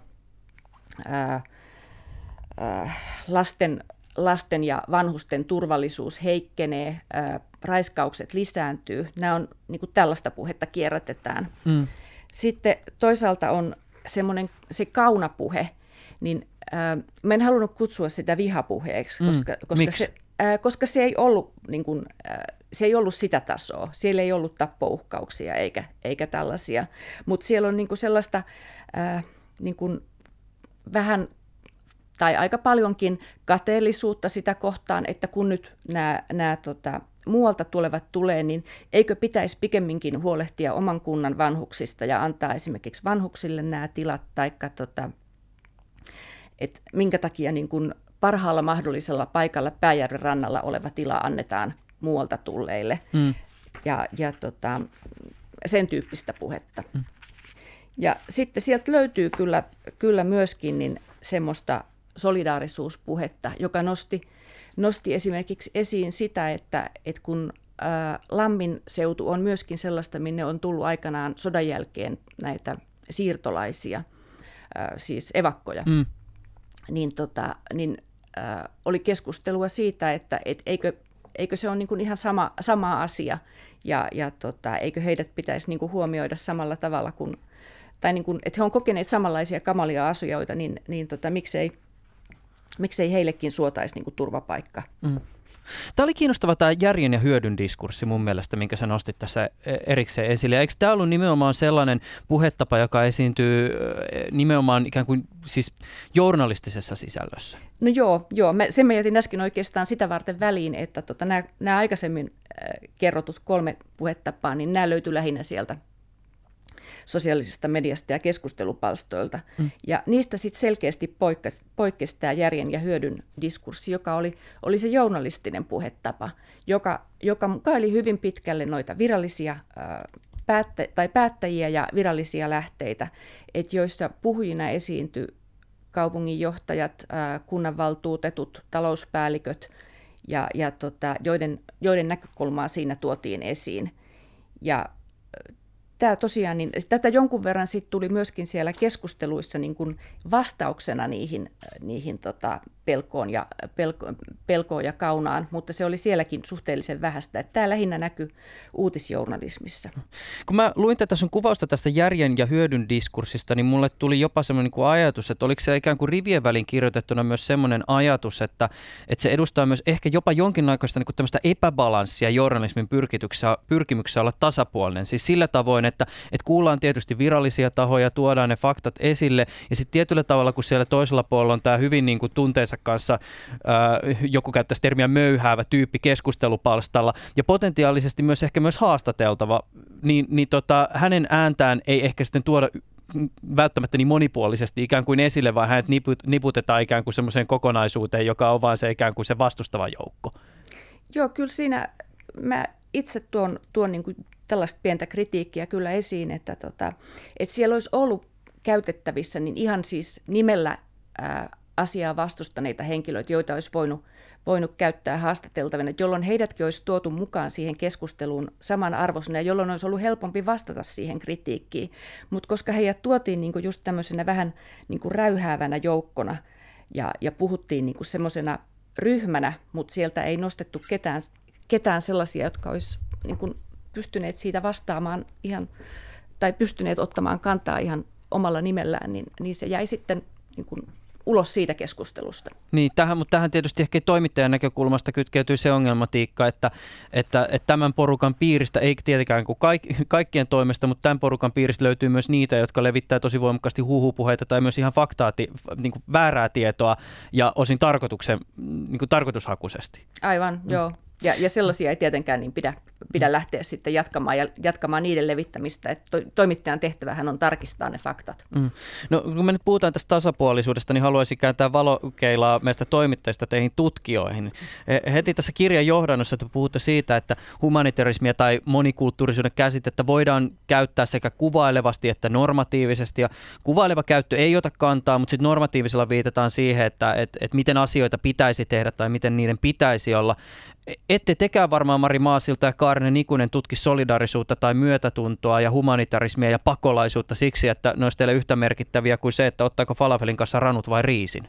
lasten ja vanhusten turvallisuus heikkenee, raiskaukset lisääntyy. Nämä on niin kuin tällaista puhetta kierrätetään. Sitten toisaalta on se kaunapuhe, niin mä en halunnut kutsua sitä vihapuheeksi, koska se ei ollut niin kuin, se ei ollut sitä tasoa. Siellä ei ollut tappouhkauksia eikä tällaisia, mutta siellä on niin kuin sellaista niin kuin vähän tai aika paljonkin kateellisuutta sitä kohtaan, että kun nyt nämä muualta tulevat tulee, niin eikö pitäisi pikemminkin huolehtia oman kunnan vanhuksista ja antaa esimerkiksi vanhuksille nämä tilat, taikka että minkä takia niin kuin parhaalla mahdollisella paikalla Pääjärven rannalla oleva tila annetaan muualta tulleille ja sen tyyppistä puhetta. Ja sitten sieltä löytyy kyllä myöskin niin semmoista solidaarisuuspuhetta, joka nosti esimerkiksi esiin sitä, että kun Lammin seutu on myöskin sellaista, minne on tullut aikanaan sodan jälkeen näitä siirtolaisia, siis evakkoja, niin oli keskustelua siitä, että eikö se ole niin kuin ihan sama asia ja eikö heidät pitäisi niin kuin huomioida samalla tavalla kuin, tai niin kuin, että he on kokeneet samanlaisia kamalia asioita, niin miksei heillekin suotaisi niin kuin turvapaikka. Tämä oli kiinnostava tämä järjen ja hyödyn diskurssi mun mielestä, minkä sä nostit tässä erikseen esille. Eikö tämä ollut nimenomaan sellainen puhetapa, joka esiintyy nimenomaan ikään kuin siis journalistisessa sisällössä? No joo. Mä jätin äsken oikeastaan sitä varten väliin, että nämä aikaisemmin kerrotut 3 puhetapaa, niin nämä löytyi lähinnä sieltä sosiaalisesta mediasta ja keskustelupalstoilta. Ja niistä sitten selkeästi poikkesi tämä järjen ja hyödyn diskurssi, joka oli se journalistinen puhetapa, joka mukaili hyvin pitkälle noita virallisia päättäjiä ja virallisia lähteitä, että joissa puhujina esiintyi kaupunginjohtajat, kunnanvaltuutetut, talouspäälliköt, joiden näkökulmaa siinä tuotiin esiin. Ja tämä tosiaan, niin tätä jonkun verran sit tuli myöskin siellä keskusteluissa niin kuin vastauksena niihin pelkoon ja kaunaan, mutta se oli sielläkin suhteellisen vähäistä. Että tämä lähinnä näkyi uutisjournalismissa. Kun mä luin tätä sun kuvausta tästä järjen ja hyödyn diskurssista, niin mulle tuli jopa semmoinen niin kuin ajatus, että oliko se ikään kuin rivien välin kirjoitettuna myös semmoinen ajatus, että se edustaa myös ehkä jopa jonkinlaista niin kuin tämmöistä epäbalanssia journalismin pyrkimyksessä olla tasapuolinen. Siis sillä tavoin, että kuullaan tietysti virallisia tahoja, tuodaan ne faktat esille ja sitten tietyllä tavalla, kun siellä toisella puolella on tämä hyvin niin kuin tunteensa kanssa, joku käyttäisi termiä möyhäävä tyyppi keskustelupalstalla ja potentiaalisesti myös ehkä myös haastateltava, niin hänen ääntään ei ehkä sitten tuoda välttämättä niin monipuolisesti ikään kuin esille, vaan hänet niputetaan ikään kuin semmoiseen kokonaisuuteen, joka on vaan se ikään kuin se vastustava joukko. Joo, kyllä siinä mä itse tuon niin kuin tällaista pientä kritiikkiä kyllä esiin, että siellä olisi ollut käytettävissä niin ihan siis nimellä asiaa vastustaneita henkilöitä, joita olisi voinut käyttää haastateltavina, jolloin heidätkin olisi tuotu mukaan siihen keskusteluun samanarvoisena, jolloin olisi ollut helpompi vastata siihen kritiikkiin. Mutta koska heidät tuotiin niinku just tämmöisenä vähän niinku räyhäävänä joukkona ja puhuttiin niinku semmoisena ryhmänä, mutta sieltä ei nostettu ketään sellaisia, jotka olisi niinku pystyneet siitä vastaamaan ihan, tai pystyneet ottamaan kantaa ihan omalla nimellään, niin se jäi sitten niinku ulos siitä keskustelusta. Niin, mutta tähän tietysti ehkä toimittajan näkökulmasta kytkeytyy se ongelmatiikka, että tämän porukan piiristä, ei tietenkään kuin kaikkien toimesta, mutta tämän porukan piiristä löytyy myös niitä, jotka levittää tosi voimakkaasti huhupuheita tai myös ihan niin kuin väärää tietoa ja osin niin kuin tarkoitushakuisesti. Aivan, joo. Ja sellaisia ei tietenkään niin pidä lähteä sitten jatkamaan niiden levittämistä. Että toimittajan tehtävähän on tarkistaa ne faktat. No, kun me nyt puhutaan tästä tasapuolisuudesta, niin haluaisin kääntää valokeilaa meistä toimittajista teihin tutkijoihin. Heti tässä kirjan johdannossa te puhutte siitä, että humanitarismia tai monikulttuurisuuden käsitettä voidaan käyttää sekä kuvailevasti että normatiivisesti. Ja kuvaileva käyttö ei ota kantaa, mutta sitten normatiivisella viitataan siihen, että miten asioita pitäisi tehdä tai miten niiden pitäisi olla. Ette tekään varmaan Mari Maasilta ja Kaarina Nikunen tutki solidaarisuutta tai myötätuntoa ja humanitarismia ja pakolaisuutta siksi, että ne olisi teille yhtä merkittäviä kuin se, että ottaako falafelin kanssa ranut vai riisin.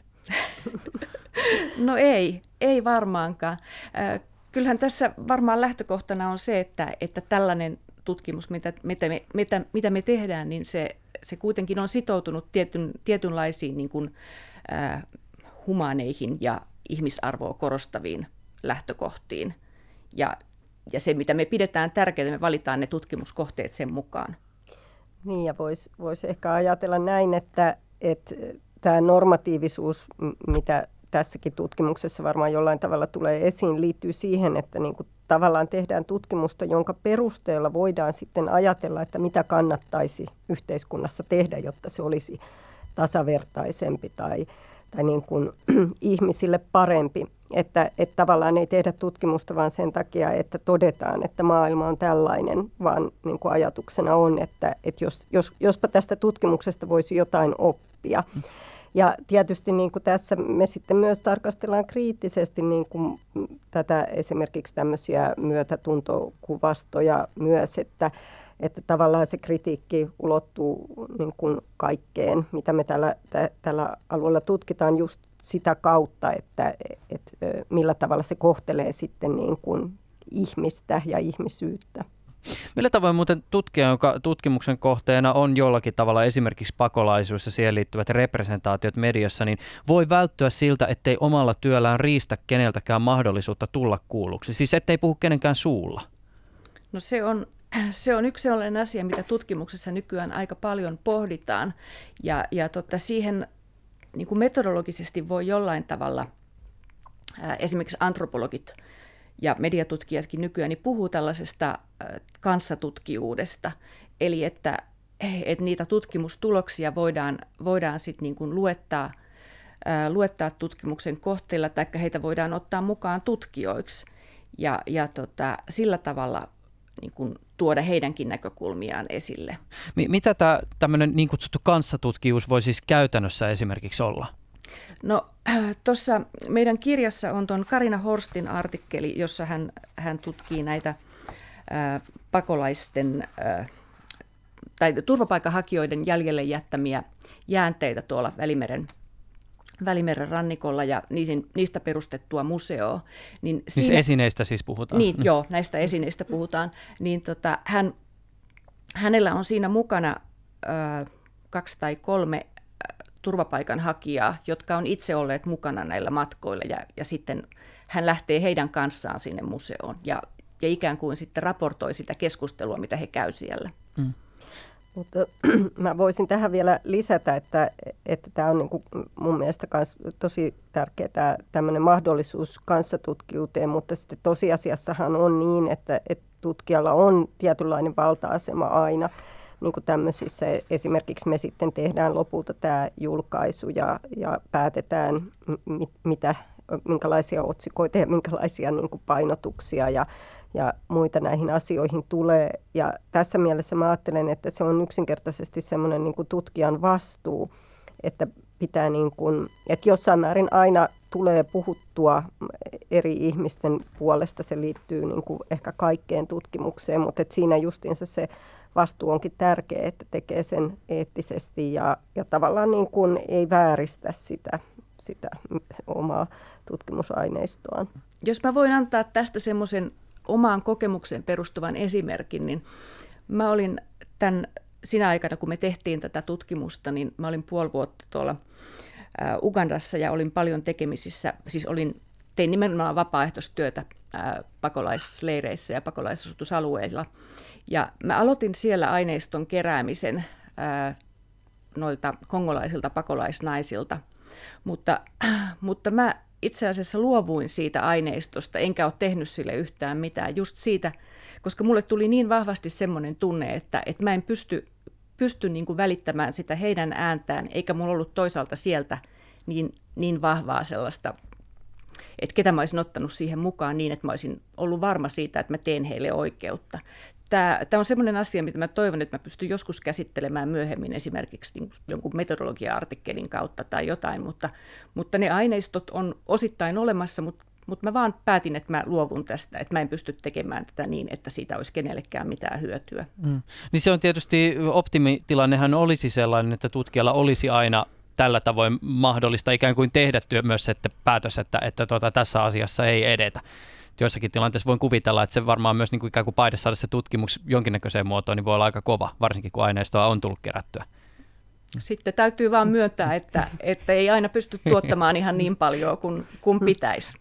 No ei varmaankaan. Kyllähän tässä varmaan lähtökohtana on se, että tällainen tutkimus, mitä me tehdään, niin se kuitenkin on sitoutunut tietynlaisiin niin kuin, humaaneihin ja ihmisarvoa korostaviin lähtökohtiin. Ja se, mitä me pidetään tärkeää, me valitaan ne tutkimuskohteet sen mukaan. Niin, ja voisi ehkä ajatella näin, että tämä normatiivisuus, mitä tässäkin tutkimuksessa varmaan jollain tavalla tulee esiin, liittyy siihen, että niin kuin tavallaan tehdään tutkimusta, jonka perusteella voidaan sitten ajatella, että mitä kannattaisi yhteiskunnassa tehdä, jotta se olisi tasavertaisempi tai niin kuin ihmisille parempi. Että tavallaan ei tehdä tutkimusta vaan sen takia, että todetaan, että maailma on tällainen, vaan niin kuin ajatuksena on, että jospa tästä tutkimuksesta voisi jotain oppia. Ja tietysti niin kuin tässä me sitten myös tarkastellaan kriittisesti niin kuin tätä esimerkiksi tämmöisiä myötätuntokuvastoja myös, että tavallaan se kritiikki ulottuu niin kuin kaikkeen, mitä me tällä alueella tutkitaan just sitä kautta, että millä tavalla se kohtelee sitten niin kuin ihmistä ja ihmisyyttä. Millä tavoin muuten tutkija, jonka tutkimuksen kohteena on jollakin tavalla esimerkiksi pakolaisuus ja siihen liittyvät representaatiot mediassa, niin voi välttyä siltä, ettei omalla työllään riistä keneltäkään mahdollisuutta tulla kuulluksi? Siis ettei puhu kenenkään suulla. No se on yksi sellainen asia, mitä tutkimuksessa nykyään aika paljon pohditaan, ja siihen niin kuin metodologisesti voi jollain tavalla, esimerkiksi antropologit ja mediatutkijatkin nykyään niin puhuu tällaisesta kanssatutkijuudesta, eli että niitä tutkimustuloksia voidaan sitten niin kuin luettaa tutkimuksen kohteilla, tai heitä voidaan ottaa mukaan tutkijoiksi ja sillä tavalla niin kuin tuoda heidänkin näkökulmiaan esille. Mitä tämmöinen niin kutsuttu kanssatutkijuus voi siis käytännössä esimerkiksi olla? No tuossa meidän kirjassa on tuon Carina Horstin artikkeli, jossa hän tutkii näitä pakolaisten tai turvapaikanhakijoiden jäljelle jättämiä jäänteitä tuolla Välimeren rannikolla ja niistä perustettua museoa. Niin esineistä siis puhutaan. Niin, joo, näistä esineistä puhutaan. Niin hänellä on siinä mukana 2 tai 3 turvapaikanhakijaa, jotka on itse olleet mukana näillä matkoilla ja sitten hän lähtee heidän kanssaan sinne museoon ja ikään kuin sitten raportoi sitä keskustelua, mitä he käy siellä. Mm. Mutta mä voisin tähän vielä lisätä, että tämä on niin kuin mun mielestä kans tosi tärkeä tämmöinen mahdollisuus kanssatutkijuuteen, mutta sitten tosiasiassahan on niin, että tutkijalla on tietynlainen valta-asema aina. Niin kuin tämmöisissä, esimerkiksi me sitten tehdään lopulta tämä julkaisu ja päätetään, minkälaisia otsikoita ja minkälaisia niin kuin painotuksia ja muita näihin asioihin tulee. Ja tässä mielessä mä ajattelen, että se on yksinkertaisesti semmoinen niin kuin tutkijan vastuu, että pitää niin kuin, että jossain määrin aina tulee puhuttua eri ihmisten puolesta. Se liittyy niin kuin ehkä kaikkeen tutkimukseen, mutta että siinä justiinsa se vastuu onkin tärkeä, että tekee sen eettisesti ja tavallaan niin kuin ei vääristä sitä omaa tutkimusaineistoaan. Jos mä voin antaa tästä semmoisen omaan kokemukseen perustuvan esimerkin, niin mä olin sinä aikana, kun me tehtiin tätä tutkimusta, niin mä olin 5 vuotta tuolla Ugandassa ja olin paljon tekemisissä, siis tein nimenomaan vapaaehtoistyötä pakolaisleireissä ja pakolaisasutusalueilla. Ja mä aloitin siellä aineiston keräämisen noilta kongolaisilta pakolaisnaisilta, mutta mä itse asiassa luovuin siitä aineistosta, enkä ole tehnyt sille yhtään mitään just siitä, koska mulle tuli niin vahvasti semmoinen tunne, että mä en pysty niin kuin välittämään sitä heidän ääntään, eikä mulla ollut toisaalta sieltä niin vahvaa sellaista, että ketä mä olisin ottanut siihen mukaan niin, että mä olisin ollut varma siitä, että mä teen heille oikeutta. Tämä on semmoinen asia, mitä mä toivon, että mä pystyn joskus käsittelemään myöhemmin esimerkiksi jonkun metodologia-artikkelin kautta tai jotain, mutta ne aineistot on osittain olemassa, mutta mä vaan päätin, että mä luovun tästä, että mä en pysty tekemään tätä niin, että siitä olisi kenellekään mitään hyötyä. Niin se on tietysti, optimitilannehan olisi sellainen, että tutkijalla olisi aina tällä tavoin mahdollista ikään kuin tehdä myös päätös, että tässä asiassa ei edetä. Joissakin tilanteissa voin kuvitella, että se varmaan myös niin kuin ikään kuin paine saada se tutkimus jonkinnäköiseen muotoon, niin voi olla aika kova, varsinkin kun aineistoa on tullut kerättyä. Sitten täytyy vaan myöntää, että ei aina pysty tuottamaan ihan niin paljon kuin pitäisi.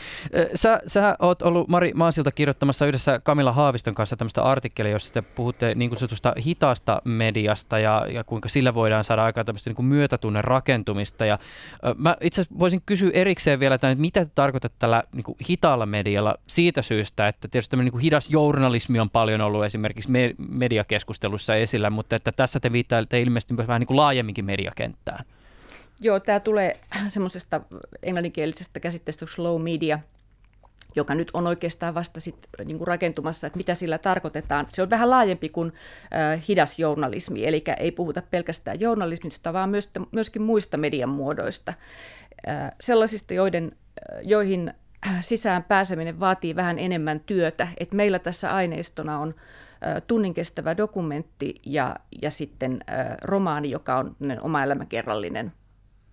Sä oot ollut Mari Maasilta kirjoittamassa yhdessä Camilla Haaviston kanssa tämmöistä artikkelia, jossa te puhutte niin kutsutusta hitaasta mediasta ja kuinka sillä voidaan saada aikaan tämmöistä niin kuin myötätunnen rakentumista. Ja mä itse asiassa voisin kysyä erikseen vielä, että mitä te tarkoitat tällä niin kuin hitaalla medialla siitä syystä, että tietysti tämmöinen niin kuin hidas journalismi on paljon ollut esimerkiksi mediakeskustelussa esillä, mutta että tässä te viittaatte ilmeisesti myös vähän niin kuin laajemminkin mediakenttään. Joo, tämä tulee semmoisesta englanninkielisestä käsitteestä slow media, joka nyt on oikeastaan vasta niin kuin rakentumassa, että mitä sillä tarkoitetaan. Se on vähän laajempi kuin hidas journalismi, eli ei puhuta pelkästään journalismista, vaan myöskin muista median muodoista. Sellaisista, joihin sisään pääseminen vaatii vähän enemmän työtä. Et meillä tässä aineistona on tunnin kestävä dokumentti ja sitten romaani, joka on oma elämäkerrallinen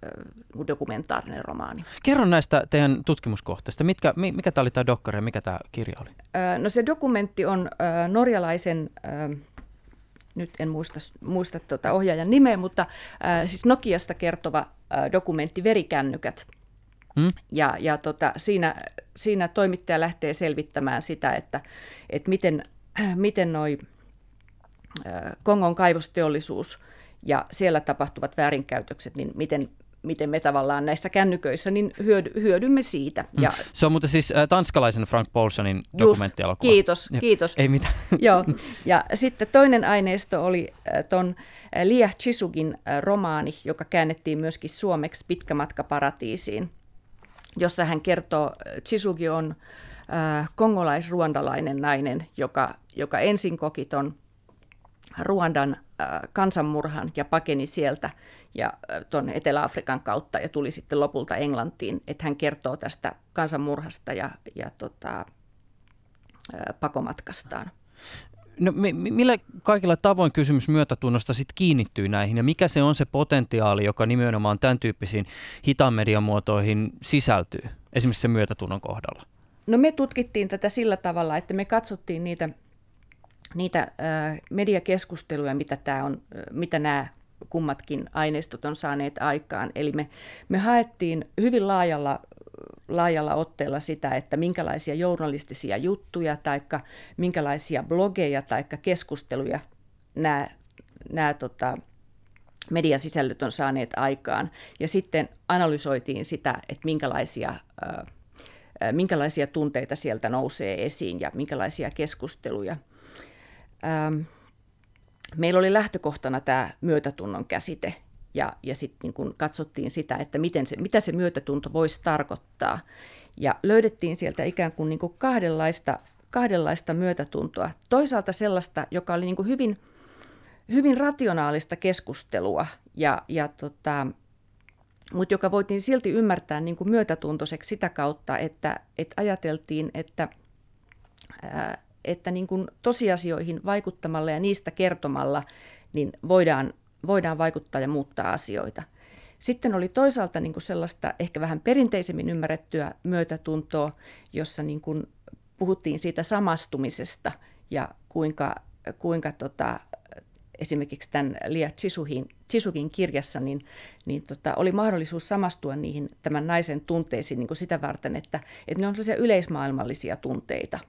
dokumentaarinen romaani. Kerro näistä teidän tutkimuskohteista. Mikä tämä oli tämä dokkari ja mikä tämä kirja oli? No se dokumentti on norjalaisen, nyt en muista ohjaajan nimeä, mutta siis Nokiasta kertova dokumentti Verikännykät. Ja siinä toimittaja lähtee selvittämään sitä, että miten noi Kongon kaivosteollisuus ja siellä tapahtuvat väärinkäytökset, niin miten me tavallaan näissä kännyköissä niin hyödymme siitä. Ja se on muuten siis tanskalaisen Frank Paulsonin dokumenttielokuva. Kiitos. Ei mitään. Joo. Ja sitten toinen aineisto oli ton Liah Chisugin romaani, joka käännettiin myöskin suomeksi Pitkä matka paratiisiin, jossa hän kertoo, Chisugi on kongolais-ruandalainen nainen, joka ensin koki ton Ruandan kansanmurhan ja pakeni sieltä ja tuon Etelä-Afrikan kautta ja tuli sitten lopulta Englantiin, että hän kertoo tästä kansanmurhasta ja pakomatkastaan. No, millä kaikilla tavoin kysymys myötätunnosta sitten kiinnittyy näihin ja mikä se on se potentiaali, joka nimenomaan tämän tyyppisiin hitaan mediamuotoihin sisältyy, esimerkiksi se myötätunnon kohdalla? No me tutkittiin tätä sillä tavalla, että me katsottiin niitä mediakeskusteluja, mitä nämä kummatkin aineistot on saaneet aikaan. Eli me haettiin hyvin laajalla otteella sitä, että minkälaisia journalistisia juttuja tai minkälaisia blogeja tai keskusteluja nämä mediasisällöt on saaneet aikaan. Ja sitten analysoitiin sitä, että minkälaisia tunteita sieltä nousee esiin ja minkälaisia keskusteluja. Meillä oli lähtökohtana tämä myötätunnon käsite ja sitten niin kun katsottiin sitä, että mitä se myötätunto voisi tarkoittaa. Ja löydettiin sieltä ikään kuin, kahdenlaista myötätuntoa. Toisaalta sellaista, joka oli niin kuin hyvin rationaalista keskustelua, mutta joka voitiin silti ymmärtää niin kuin myötätuntoiseksi sitä kautta, että ajateltiin, että niin kuin tosiasioihin vaikuttamalla ja niistä kertomalla niin voidaan vaikuttaa ja muuttaa asioita. Sitten oli toisaalta niin kuin sellaista ehkä vähän perinteisemmin ymmärrettyä myötätuntoa, jossa niin kuin puhuttiin siitä samastumisesta ja kuinka esimerkiksi tämän Liah Chisugin kirjassa niin oli mahdollisuus samastua niihin tämän naisen tunteisiin niin kuin sitä varten, että ne on sellaisia yleismaailmallisia tunteita.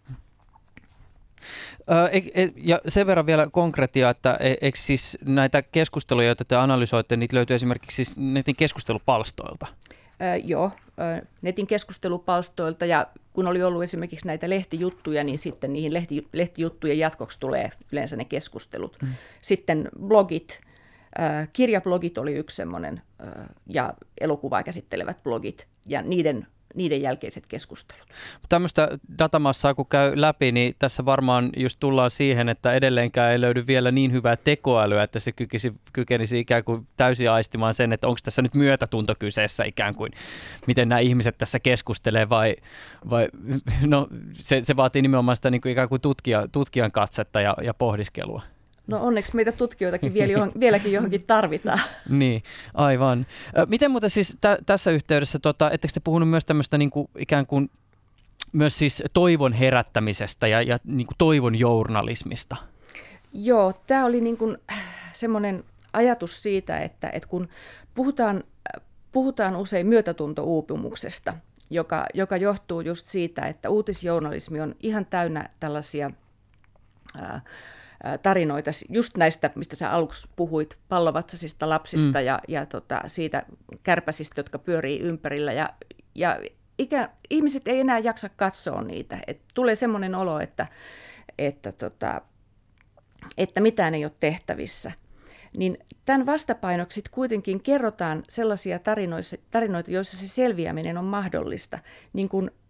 Ja sen verran vielä konkretiaa, että eikö siis näitä keskusteluja, joita te analysoitte, niitä löytyy esimerkiksi siis netin keskustelupalstoilta? Joo, netin keskustelupalstoilta ja kun oli ollut esimerkiksi näitä lehtijuttuja, niin sitten niihin lehtijuttujen jatkoksi tulee yleensä ne keskustelut. Sitten blogit, kirjablogit oli yksi semmoinen ja elokuvaa käsittelevät blogit ja niiden jälkeiset keskustelut. Tämmöistä datamassaa kun käy läpi, niin tässä varmaan just tullaan siihen, että edelleenkään ei löydy vielä niin hyvää tekoälyä, että se kykenisi ikään kuin täysin aistimaan sen, että onko tässä nyt myötätunto kyseessä ikään kuin, miten nämä ihmiset tässä keskustelee vai no se vaatii nimenomaan sitä niin kuin ikään kuin tutkijan katsetta ja pohdiskelua. No onneksi meitä tutkijoitakin vieläkin johonkin tarvitaan. Niin, aivan. Miten muuten siis tässä yhteydessä, ettekö te puhunut myös tämmöistä niin kuin ikään kuin myös siis toivon herättämisestä ja niin kuin toivon journalismista? Joo, tämä oli niin kuin semmoinen ajatus siitä, että kun puhutaan usein myötätuntouupumuksesta, joka johtuu just siitä, että uutisjournalismi on ihan täynnä tällaisia tarinoita, just näistä, mistä sä aluksi puhuit, pallovatsasista lapsista ja siitä kärpäsistä, jotka pyörii ympärillä. Ja ihmiset ei enää jaksa katsoa niitä. Tulee semmoinen olo, että mitään ei ole tehtävissä. Niin tämän vastapainoksi kuitenkin kerrotaan sellaisia tarinoita, joissa se selviäminen on mahdollista. Niin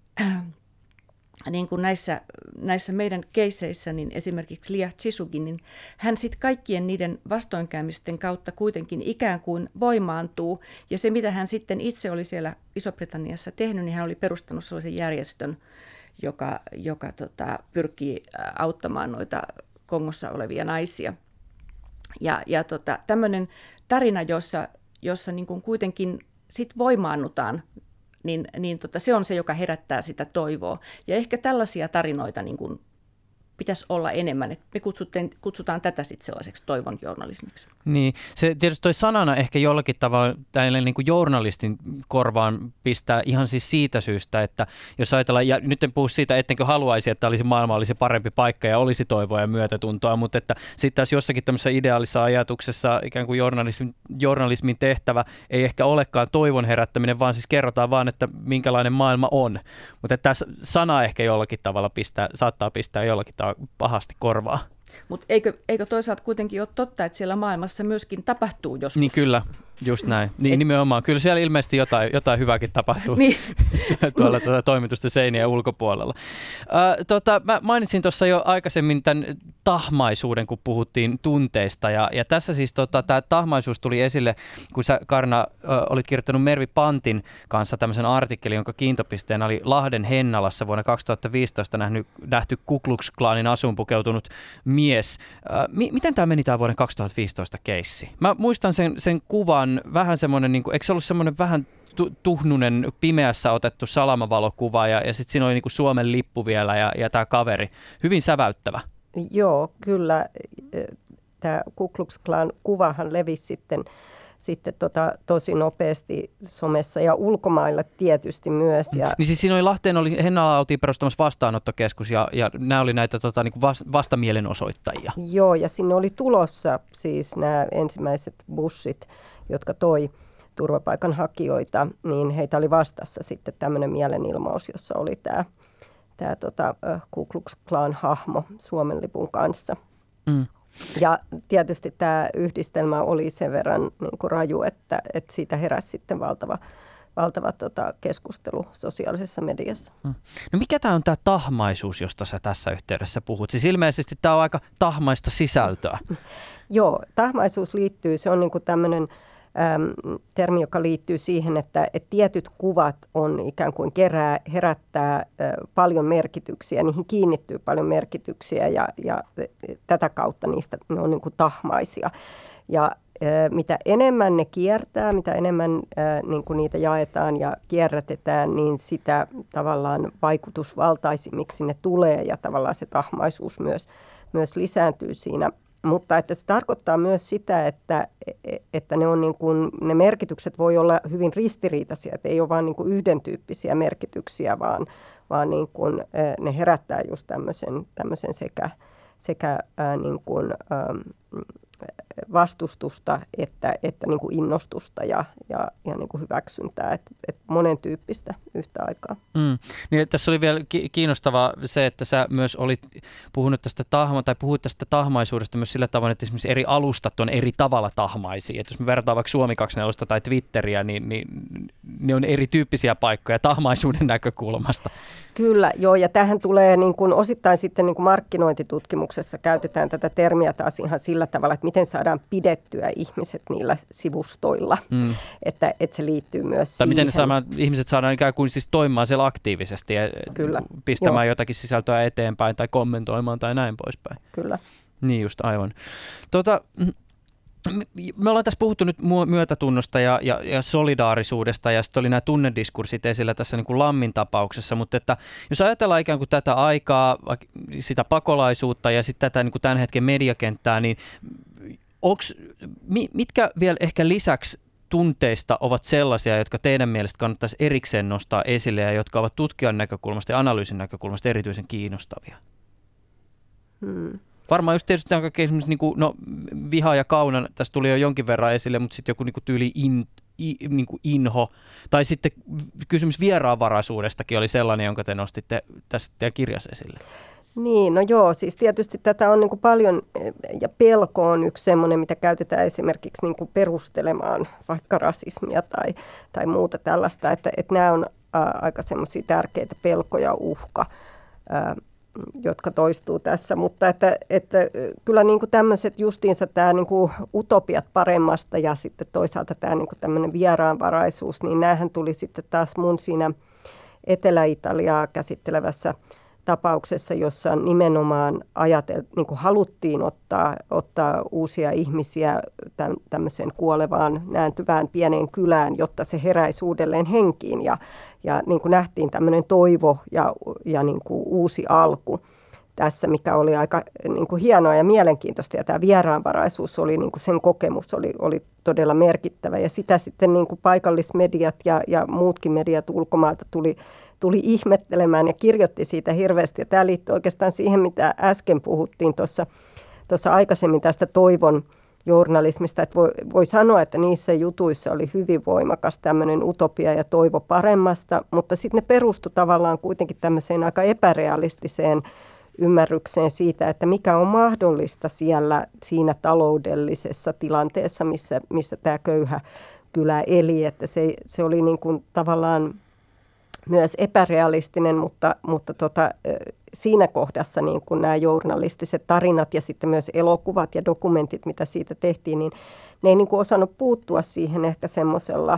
kuin näissä meidän keisseissä, niin esimerkiksi Liah Chisugin, niin hän sitten kaikkien niiden vastoinkäymisten kautta kuitenkin ikään kuin voimaantuu. Ja se, mitä hän sitten itse oli siellä Iso-Britanniassa tehnyt, niin hän oli perustanut sellaisen järjestön, joka pyrkii auttamaan noita Kongossa olevia naisia. Ja tämmöinen tarina, jossa niin kuin kuitenkin sit voimaannutaan, niin se on se, joka herättää sitä toivoa. Ja ehkä tällaisia tarinoita niin kuin pitäisi olla enemmän. Et me kutsutaan tätä sitten sellaiseksi toivon journalismiksi. Niin, se tietysti toi sanana ehkä jollakin tavalla tälle niin kuin journalistin korvaan pistää ihan siis siitä syystä, että jos ajatellaan, ja nyt en puhu siitä, ettenkö haluaisi, että maailma olisi parempi paikka ja olisi toivoa ja myötätuntoa, mutta että sitten taas jossakin tämmöisessä ideaalisessa ajatuksessa ikään kuin journalismin tehtävä ei ehkä olekaan toivon herättäminen, vaan siis kerrotaan vaan, että minkälainen maailma on. Mutta tässä sana ehkä jollakin tavalla saattaa pistää jollakin tavalla pahasti korvaa. Mutta eikö toisaalta kuitenkin ole totta, että siellä maailmassa myöskin tapahtuu joskus? Niin kyllä, just näin. Niin nimenomaan. Kyllä siellä ilmeisesti jotain hyvääkin tapahtuu niin. Tuolla toimitusten seinien ulkopuolella. Mä mainitsin tuossa jo aikaisemmin tämän tahmaisuuden, kun puhuttiin tunteista. Ja tässä siis tämä tahmaisuus tuli esille, kun sä, Kaarina, olit kirjoittanut Mervi Pantin kanssa tämmöisen artikkelin, jonka kiintopisteenä oli Lahden Hennalassa vuonna 2015 nähty Ku Klux Klanin asuun pukeutunut mies. Miten tämä meni tämä vuoden 2015 keissi? Mä muistan sen kuvan, vähän semmoinen, niin kuin, eikö se ollut semmoinen vähän tuhnunen, pimeässä otettu salamavalokuva ja sitten siinä oli niin kuin Suomen lippu vielä ja tämä kaveri. Hyvin säväyttävä. Joo, kyllä. Tämä Ku Klux Klan kuvahan levisi sitten tosi nopeasti somessa ja ulkomailla tietysti myös. Niin siis siinä Hennalalla oltiin perustamassa vastaanottokeskus ja nämä oli näitä niin kuin vastamielenosoittajia. Joo, ja sinne oli tulossa siis nämä ensimmäiset bussit, jotka toi turvapaikanhakijoita, niin heitä oli vastassa sitten tämmöinen mielenilmaus, jossa oli tämä Ku Klux Klan hahmo Suomen lipun kanssa. Mm. Ja tietysti tämä yhdistelmä oli sen verran niin kuin raju, että siitä heräsi sitten valtava keskustelu sosiaalisessa mediassa. No mikä tämä on tämä tahmaisuus, josta sä tässä yhteydessä puhut? Siis ilmeisesti tämä on aika tahmaista sisältöä. Joo, tahmaisuus se on niin kuin tämmöinen termi, joka liittyy siihen, että tietyt kuvat on ikään kuin herättää paljon merkityksiä, niihin kiinnittyy paljon merkityksiä ja tätä kautta ne on niin kuin tahmaisia. Ja mitä enemmän ne kiertää, mitä enemmän niin kuin niitä jaetaan ja kierrätetään, niin sitä tavallaan vaikutusvaltaisimmiksi ne tulee ja tavallaan se tahmaisuus myös lisääntyy siinä. Mutta että se tarkoittaa myös sitä, että ne, on niin kuin, ne merkitykset voi olla hyvin ristiriitaisia, että ei ole vain niin kuin yhdentyyppisiä merkityksiä, vaan niin kuin, ne herättää just tämmöisen sekä niin kuin, vastustusta että niin kuin innostusta ja niin kuin hyväksyntää, että monen tyyppistä yhtä aikaa. Niin, tässä oli vielä kiinnostavaa se, että sä myös olit puhunut puhuit tästä tahmaisuudesta myös sillä tavoin, että esimerkiksi eri alustat on eri tavalla tahmaisia. Että jos me verrataan vaikka Suomi 24 tai Twitteriä, niin ne on erityyppisiä paikkoja tahmaisuuden näkökulmasta. Kyllä, joo, ja tähän tulee niin kuin osittain sitten niin kuin markkinointitutkimuksessa käytetään tätä termiä taas ihan sillä tavalla, että miten saadaan pidettyä ihmiset niillä sivustoilla, että se liittyy myös tai siihen. Miten ihmiset saadaan ikään kuin siis toimimaan siellä aktiivisesti ja Kyllä, pistämään jotakin sisältöä eteenpäin tai kommentoimaan tai näin poispäin. Kyllä. Niin just, aivan. Me ollaan tässä puhuttu nyt myötätunnosta ja solidaarisuudesta ja sitten oli nämä tunnediskurssit esillä tässä niin kuin Lammin tapauksessa, mutta että jos ajatellaan ikään kuin tätä aikaa, sitä pakolaisuutta ja sitten tätä niin kuin tämän hetken mediakenttää, niin mitkä vielä ehkä lisäksi tunteista ovat sellaisia, jotka teidän mielestä kannattaisi erikseen nostaa esille ja jotka ovat tutkijan näkökulmasta ja analyysin näkökulmasta erityisen kiinnostavia? Varmaan just tietysti niin kuin, viha ja kauna, tässä tuli jo jonkin verran esille, mutta sitten joku niin kuin tyyli niin kuin inho, tai sitten kysymys vieraanvaraisuudestakin oli sellainen, jonka te nostitte tässä teidän kirjassa esille. Niin, no joo, siis tietysti tätä on niin kuin paljon, ja pelko on yksi semmoinen, mitä käytetään esimerkiksi niin kuin perustelemaan vaikka rasismia tai muuta tällaista, että nämä on aika semmoisia tärkeitä pelko ja uhka, jotka toistuu tässä, mutta että kyllä niin kuin tämmöiset justiinsa tämä niin kuin utopiat paremmasta ja sitten toisaalta tämä niin kuin tämmöinen vieraanvaraisuus, niin näähän tuli sitten taas mun siinä Etelä-Italiaa käsittelevässä tapauksessa, jossa nimenomaan niin kuin haluttiin ottaa uusia ihmisiä tämmöiseen kuolevaan, nääntyvään pieneen kylään, jotta se heräisi uudelleen henkiin ja niin kuin nähtiin tämmöinen toivo ja niin kuin uusi alku tässä, mikä oli aika niin kuin hienoa ja mielenkiintoista, ja tämä vieraanvaraisuus oli, niin kuin sen kokemus oli todella merkittävä, ja sitä sitten niin kuin paikallismediat ja muutkin mediat ulkomaalta tuli ihmettelemään ja kirjoitti siitä hirveästi, ja tämä liittyy oikeastaan siihen, mitä äsken puhuttiin tuossa aikaisemmin tästä toivon journalismista, että voi sanoa, että niissä jutuissa oli hyvin voimakas tämmöinen utopia ja toivo paremmasta, mutta sitten ne perustui tavallaan kuitenkin tämmöiseen aika epärealistiseen ymmärrykseen siitä, että mikä on mahdollista siinä taloudellisessa tilanteessa, missä tämä köyhä kylä eli, että se oli niin kuin tavallaan myös epärealistinen, mutta siinä kohdassa niin kuin nämä journalistiset tarinat ja sitten myös elokuvat ja dokumentit, mitä siitä tehtiin, niin ne ei niin kuin osannut puuttua siihen ehkä semmoisella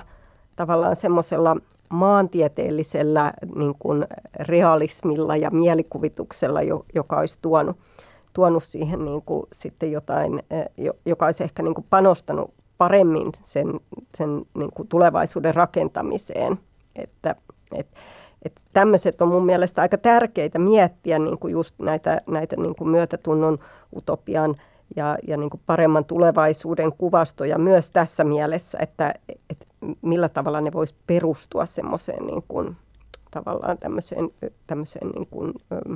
maantieteellisellä niin kuin realismilla ja mielikuvituksella, joka olisi tuonut siihen niin kuin sitten jotain, joka olisi ehkä niin kuin panostanut paremmin sen niin kuin tulevaisuuden rakentamiseen. Että tämmöiset on mun mielestä aika tärkeitä miettiä niin kuin just näitä niin kuin myötätunnon, utopian ja niin kuin paremman tulevaisuuden kuvastoja myös tässä mielessä, että millä tavalla ne voisi perustua semmoiseen niin kuin tavallaan tämmöiseen niin kuin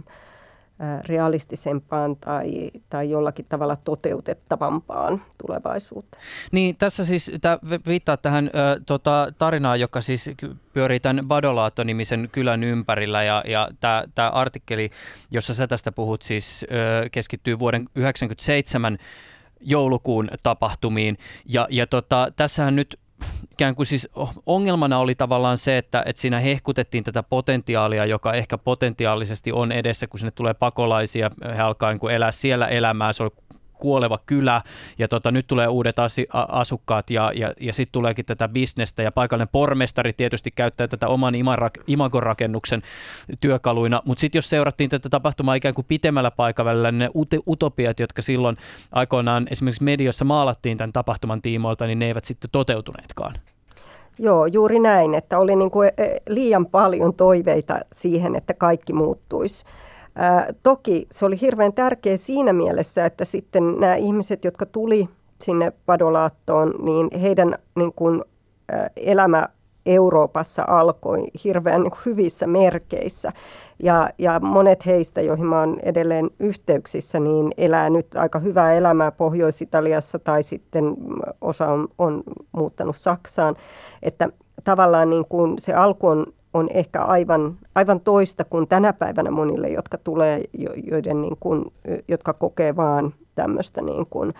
realistisempaan tai jollakin tavalla toteutettavampaan tulevaisuuteen. Niin, tässä siis viittaa tähän tarinaan, joka siis pyörii tämän Badolaatto-nimisen kylän ympärillä, ja tämä artikkeli, jossa sä tästä puhut, siis keskittyy vuoden 1997 joulukuun tapahtumiin, ja tässähän nyt ikään kuin siis ongelmana oli tavallaan se, että siinä hehkutettiin tätä potentiaalia, joka ehkä potentiaalisesti on edessä, kun sinne tulee pakolaisia, he alkaa niin kuin elää siellä elämää, se oli kuoleva kylä, ja nyt tulee uudet asukkaat, ja sitten tuleekin tätä bisnestä, ja paikallinen pormestari tietysti käyttää tätä oman imagorakennuksen työkaluina, mutta sitten jos seurattiin tätä tapahtumaa ikään kuin pitemmällä paikavälillä, ne utopiat, jotka silloin aikoinaan esimerkiksi mediossa maalattiin tämän tapahtuman tiimoilta, niin ne eivät sitten toteutuneetkaan. Joo, juuri näin, että oli niin kuin liian paljon toiveita siihen, että kaikki muuttuisi. Toki se oli hirveän tärkeä siinä mielessä, että sitten nämä ihmiset, jotka tuli sinne Badolaattoon, niin heidän niin kuin, elämä Euroopassa alkoi hirveän niin kuin hyvissä merkeissä. Ja monet heistä, joihin mä oon edelleen yhteyksissä, niin elää nyt aika hyvää elämää Pohjois-Italiassa tai sitten osa on muuttanut Saksaan. Että tavallaan niin kuin se alku on ehkä aivan toista kuin tänä päivänä monille, jotka tulee, joiden niin kuin, jotka kokee vaan tämmöistä niin kuin,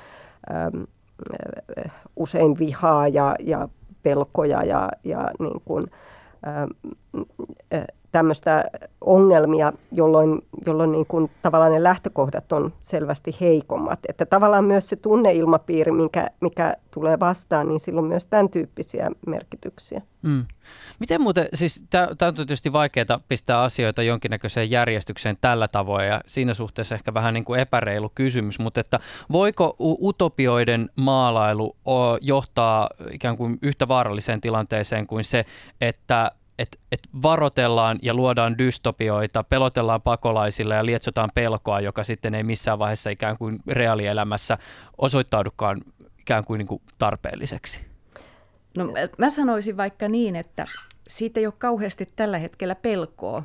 usein vihaa ja pelkoja ja niin kuin, tämmöistä ongelmia, jolloin niin kuin tavallaan ne lähtökohdat on selvästi heikommat. Että tavallaan myös se tunneilmapiiri, mikä tulee vastaan, niin sillä on myös tämän tyyppisiä merkityksiä. Miten muuten, siis tämä on tietysti vaikeaa pistää asioita jonkinnäköiseen järjestykseen tällä tavoin, ja siinä suhteessa ehkä vähän niin kuin epäreilu kysymys, mutta että voiko utopioiden maalailu johtaa ikään kuin yhtä vaaralliseen tilanteeseen kuin se, että varoitellaan ja luodaan dystopioita, pelotellaan pakolaisilla ja lietsotaan pelkoa, joka sitten ei missään vaiheessa ikään kuin reaalielämässä osoittaudukaan ikään kuin, tarpeelliseksi? No mä sanoisin vaikka niin, että siitä ei ole kauheasti tällä hetkellä pelkoa.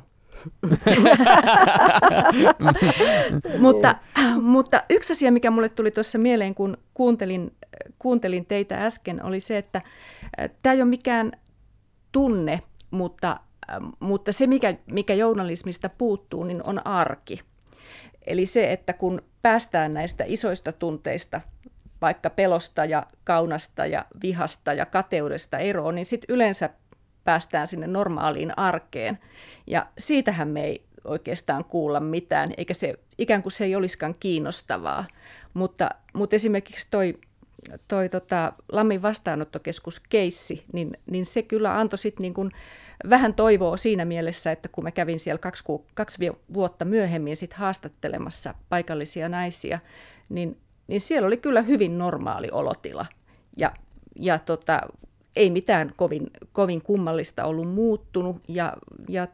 mutta yksi asia, mikä mulle tuli tuossa mieleen, kun kuuntelin teitä äsken, oli se, että tämä ei ole mikään tunne, mutta se, mikä journalismista puuttuu, niin on arki. Eli se, että kun päästään näistä isoista tunteista, vaikka pelosta ja kaunasta ja vihasta ja kateudesta eroon, niin sitten yleensä päästään sinne normaaliin arkeen. Ja siitähän me ei oikeastaan kuulla mitään, eikä se ikään kuin se ei olisikaan kiinnostavaa. Mutta esimerkiksi Lammin vastaanottokeskuskeissi, niin se kyllä antoi sitten niin kuin vähän toivoa siinä mielessä, että kun mä kävin siellä 2 vuotta myöhemmin sit haastattelemassa paikallisia naisia, niin siellä oli kyllä hyvin normaali olotila. Ja ei mitään kovin kummallista ollut muuttunut. Ja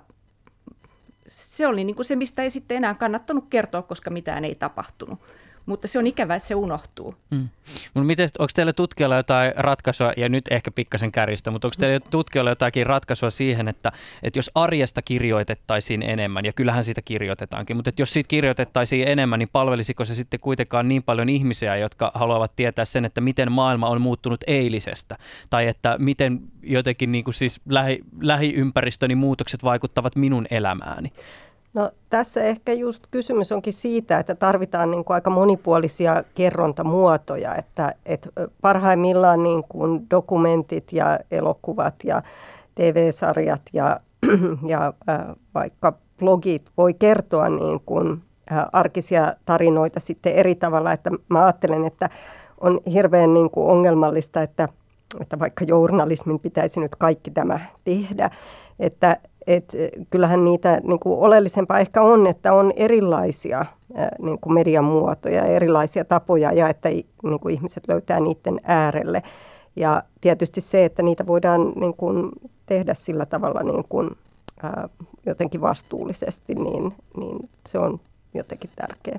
se oli niin kuin se, mistä ei sitten enää kannattanut kertoa, koska mitään ei tapahtunut. Mutta se on ikävä, että se unohtuu. Onko teillä tutkijoilla jotain ratkaisua, ja nyt ehkä pikkasen kärjistä, mutta onko teillä tutkijoilla jotakin ratkaisua siihen, että jos arjesta kirjoitettaisiin enemmän, ja kyllähän siitä kirjoitetaankin, mutta jos siitä kirjoitettaisiin enemmän, niin palvelisiko se sitten kuitenkaan niin paljon ihmisiä, jotka haluavat tietää sen, että miten maailma on muuttunut eilisestä, tai että miten jotenkin niin kuin siis lähiympäristöni muutokset vaikuttavat minun elämääni? No tässä ehkä just kysymys onkin siitä, että tarvitaan niin kuin aika monipuolisia kerrontamuotoja, että parhaimmillaan niin kuin dokumentit ja elokuvat ja TV-sarjat ja vaikka blogit voi kertoa niin kuin arkisia tarinoita sitten eri tavalla, että mä ajattelen, että on hirveän niin kuin ongelmallista, että vaikka journalismin pitäisi nyt kaikki tämä tehdä, että kyllähän niitä niin kuin oleellisempaa ehkä on, että on erilaisia niin kuin median muotoja, erilaisia tapoja ja että niin kuin ihmiset löytää niiden äärelle. Ja tietysti se, että niitä voidaan niin kuin tehdä sillä tavalla niin kuin, jotenkin vastuullisesti, niin se on jotenkin tärkeää.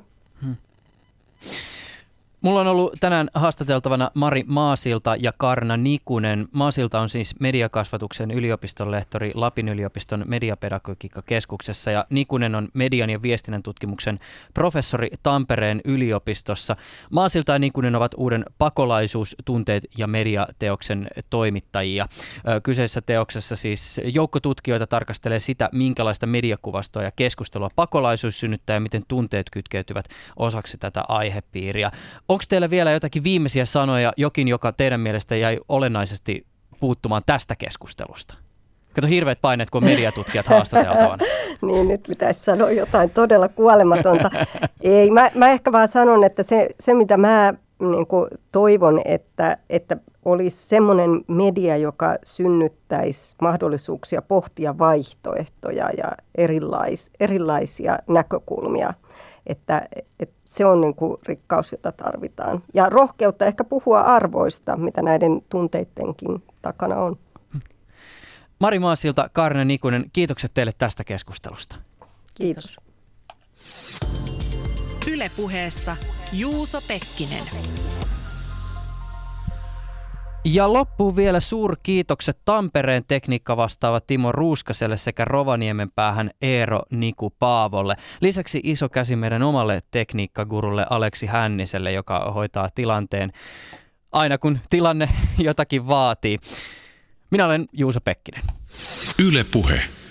Mulla on ollut tänään haastateltavana Mari Maasilta ja Kaarna Nikunen. Maasilta on siis mediakasvatuksen yliopiston lehtori Lapin yliopiston mediapedagogiikkakeskuksessa ja Nikunen on median ja viestinnän tutkimuksen professori Tampereen yliopistossa. Maasilta ja Nikunen ovat uuden Pakolaisuus, tunteet ja mediateoksen toimittajia. Kyseisessä teoksessa siis joukko tutkijoita tarkastelee sitä, minkälaista mediakuvastoa ja keskustelua pakolaisuus synnyttää ja miten tunteet kytkeytyvät osaksi tätä aihepiiriä. Onko teillä vielä jotakin viimeisiä sanoja, jokin, joka teidän mielestä jäi olennaisesti puuttumaan tästä keskustelusta? Kato, hirveät paineet, kun on mediatutkijat haastateltavana. Niin, nyt pitäisi sanoa jotain todella kuolematonta. Ei, mä ehkä vaan sanon, että se mitä mä niin kuin toivon, että olisi semmoinen media, joka synnyttäisi mahdollisuuksia pohtia vaihtoehtoja ja erilaisia näkökulmia. Että se on niin kuin rikkaus, jota tarvitaan. Ja rohkeutta ehkä puhua arvoista, mitä näiden tunteidenkin takana on. Mari Maasilta, Kaarna Nikunen, kiitokset teille tästä keskustelusta. Kiitos. Yle Puheessa Juuso Pekkinen. Ja loppuun vielä suurkiitokset Tampereen tekniikka vastaava Timo Ruuskaselle sekä Rovaniemen päähän Eero Niku Paavolle. Lisäksi iso käsi meidän omalle tekniikkagurulle Aleksi Hänniselle, joka hoitaa tilanteen aina kun tilanne jotakin vaatii. Minä olen Juuso Pekkinen. Yle Puhe.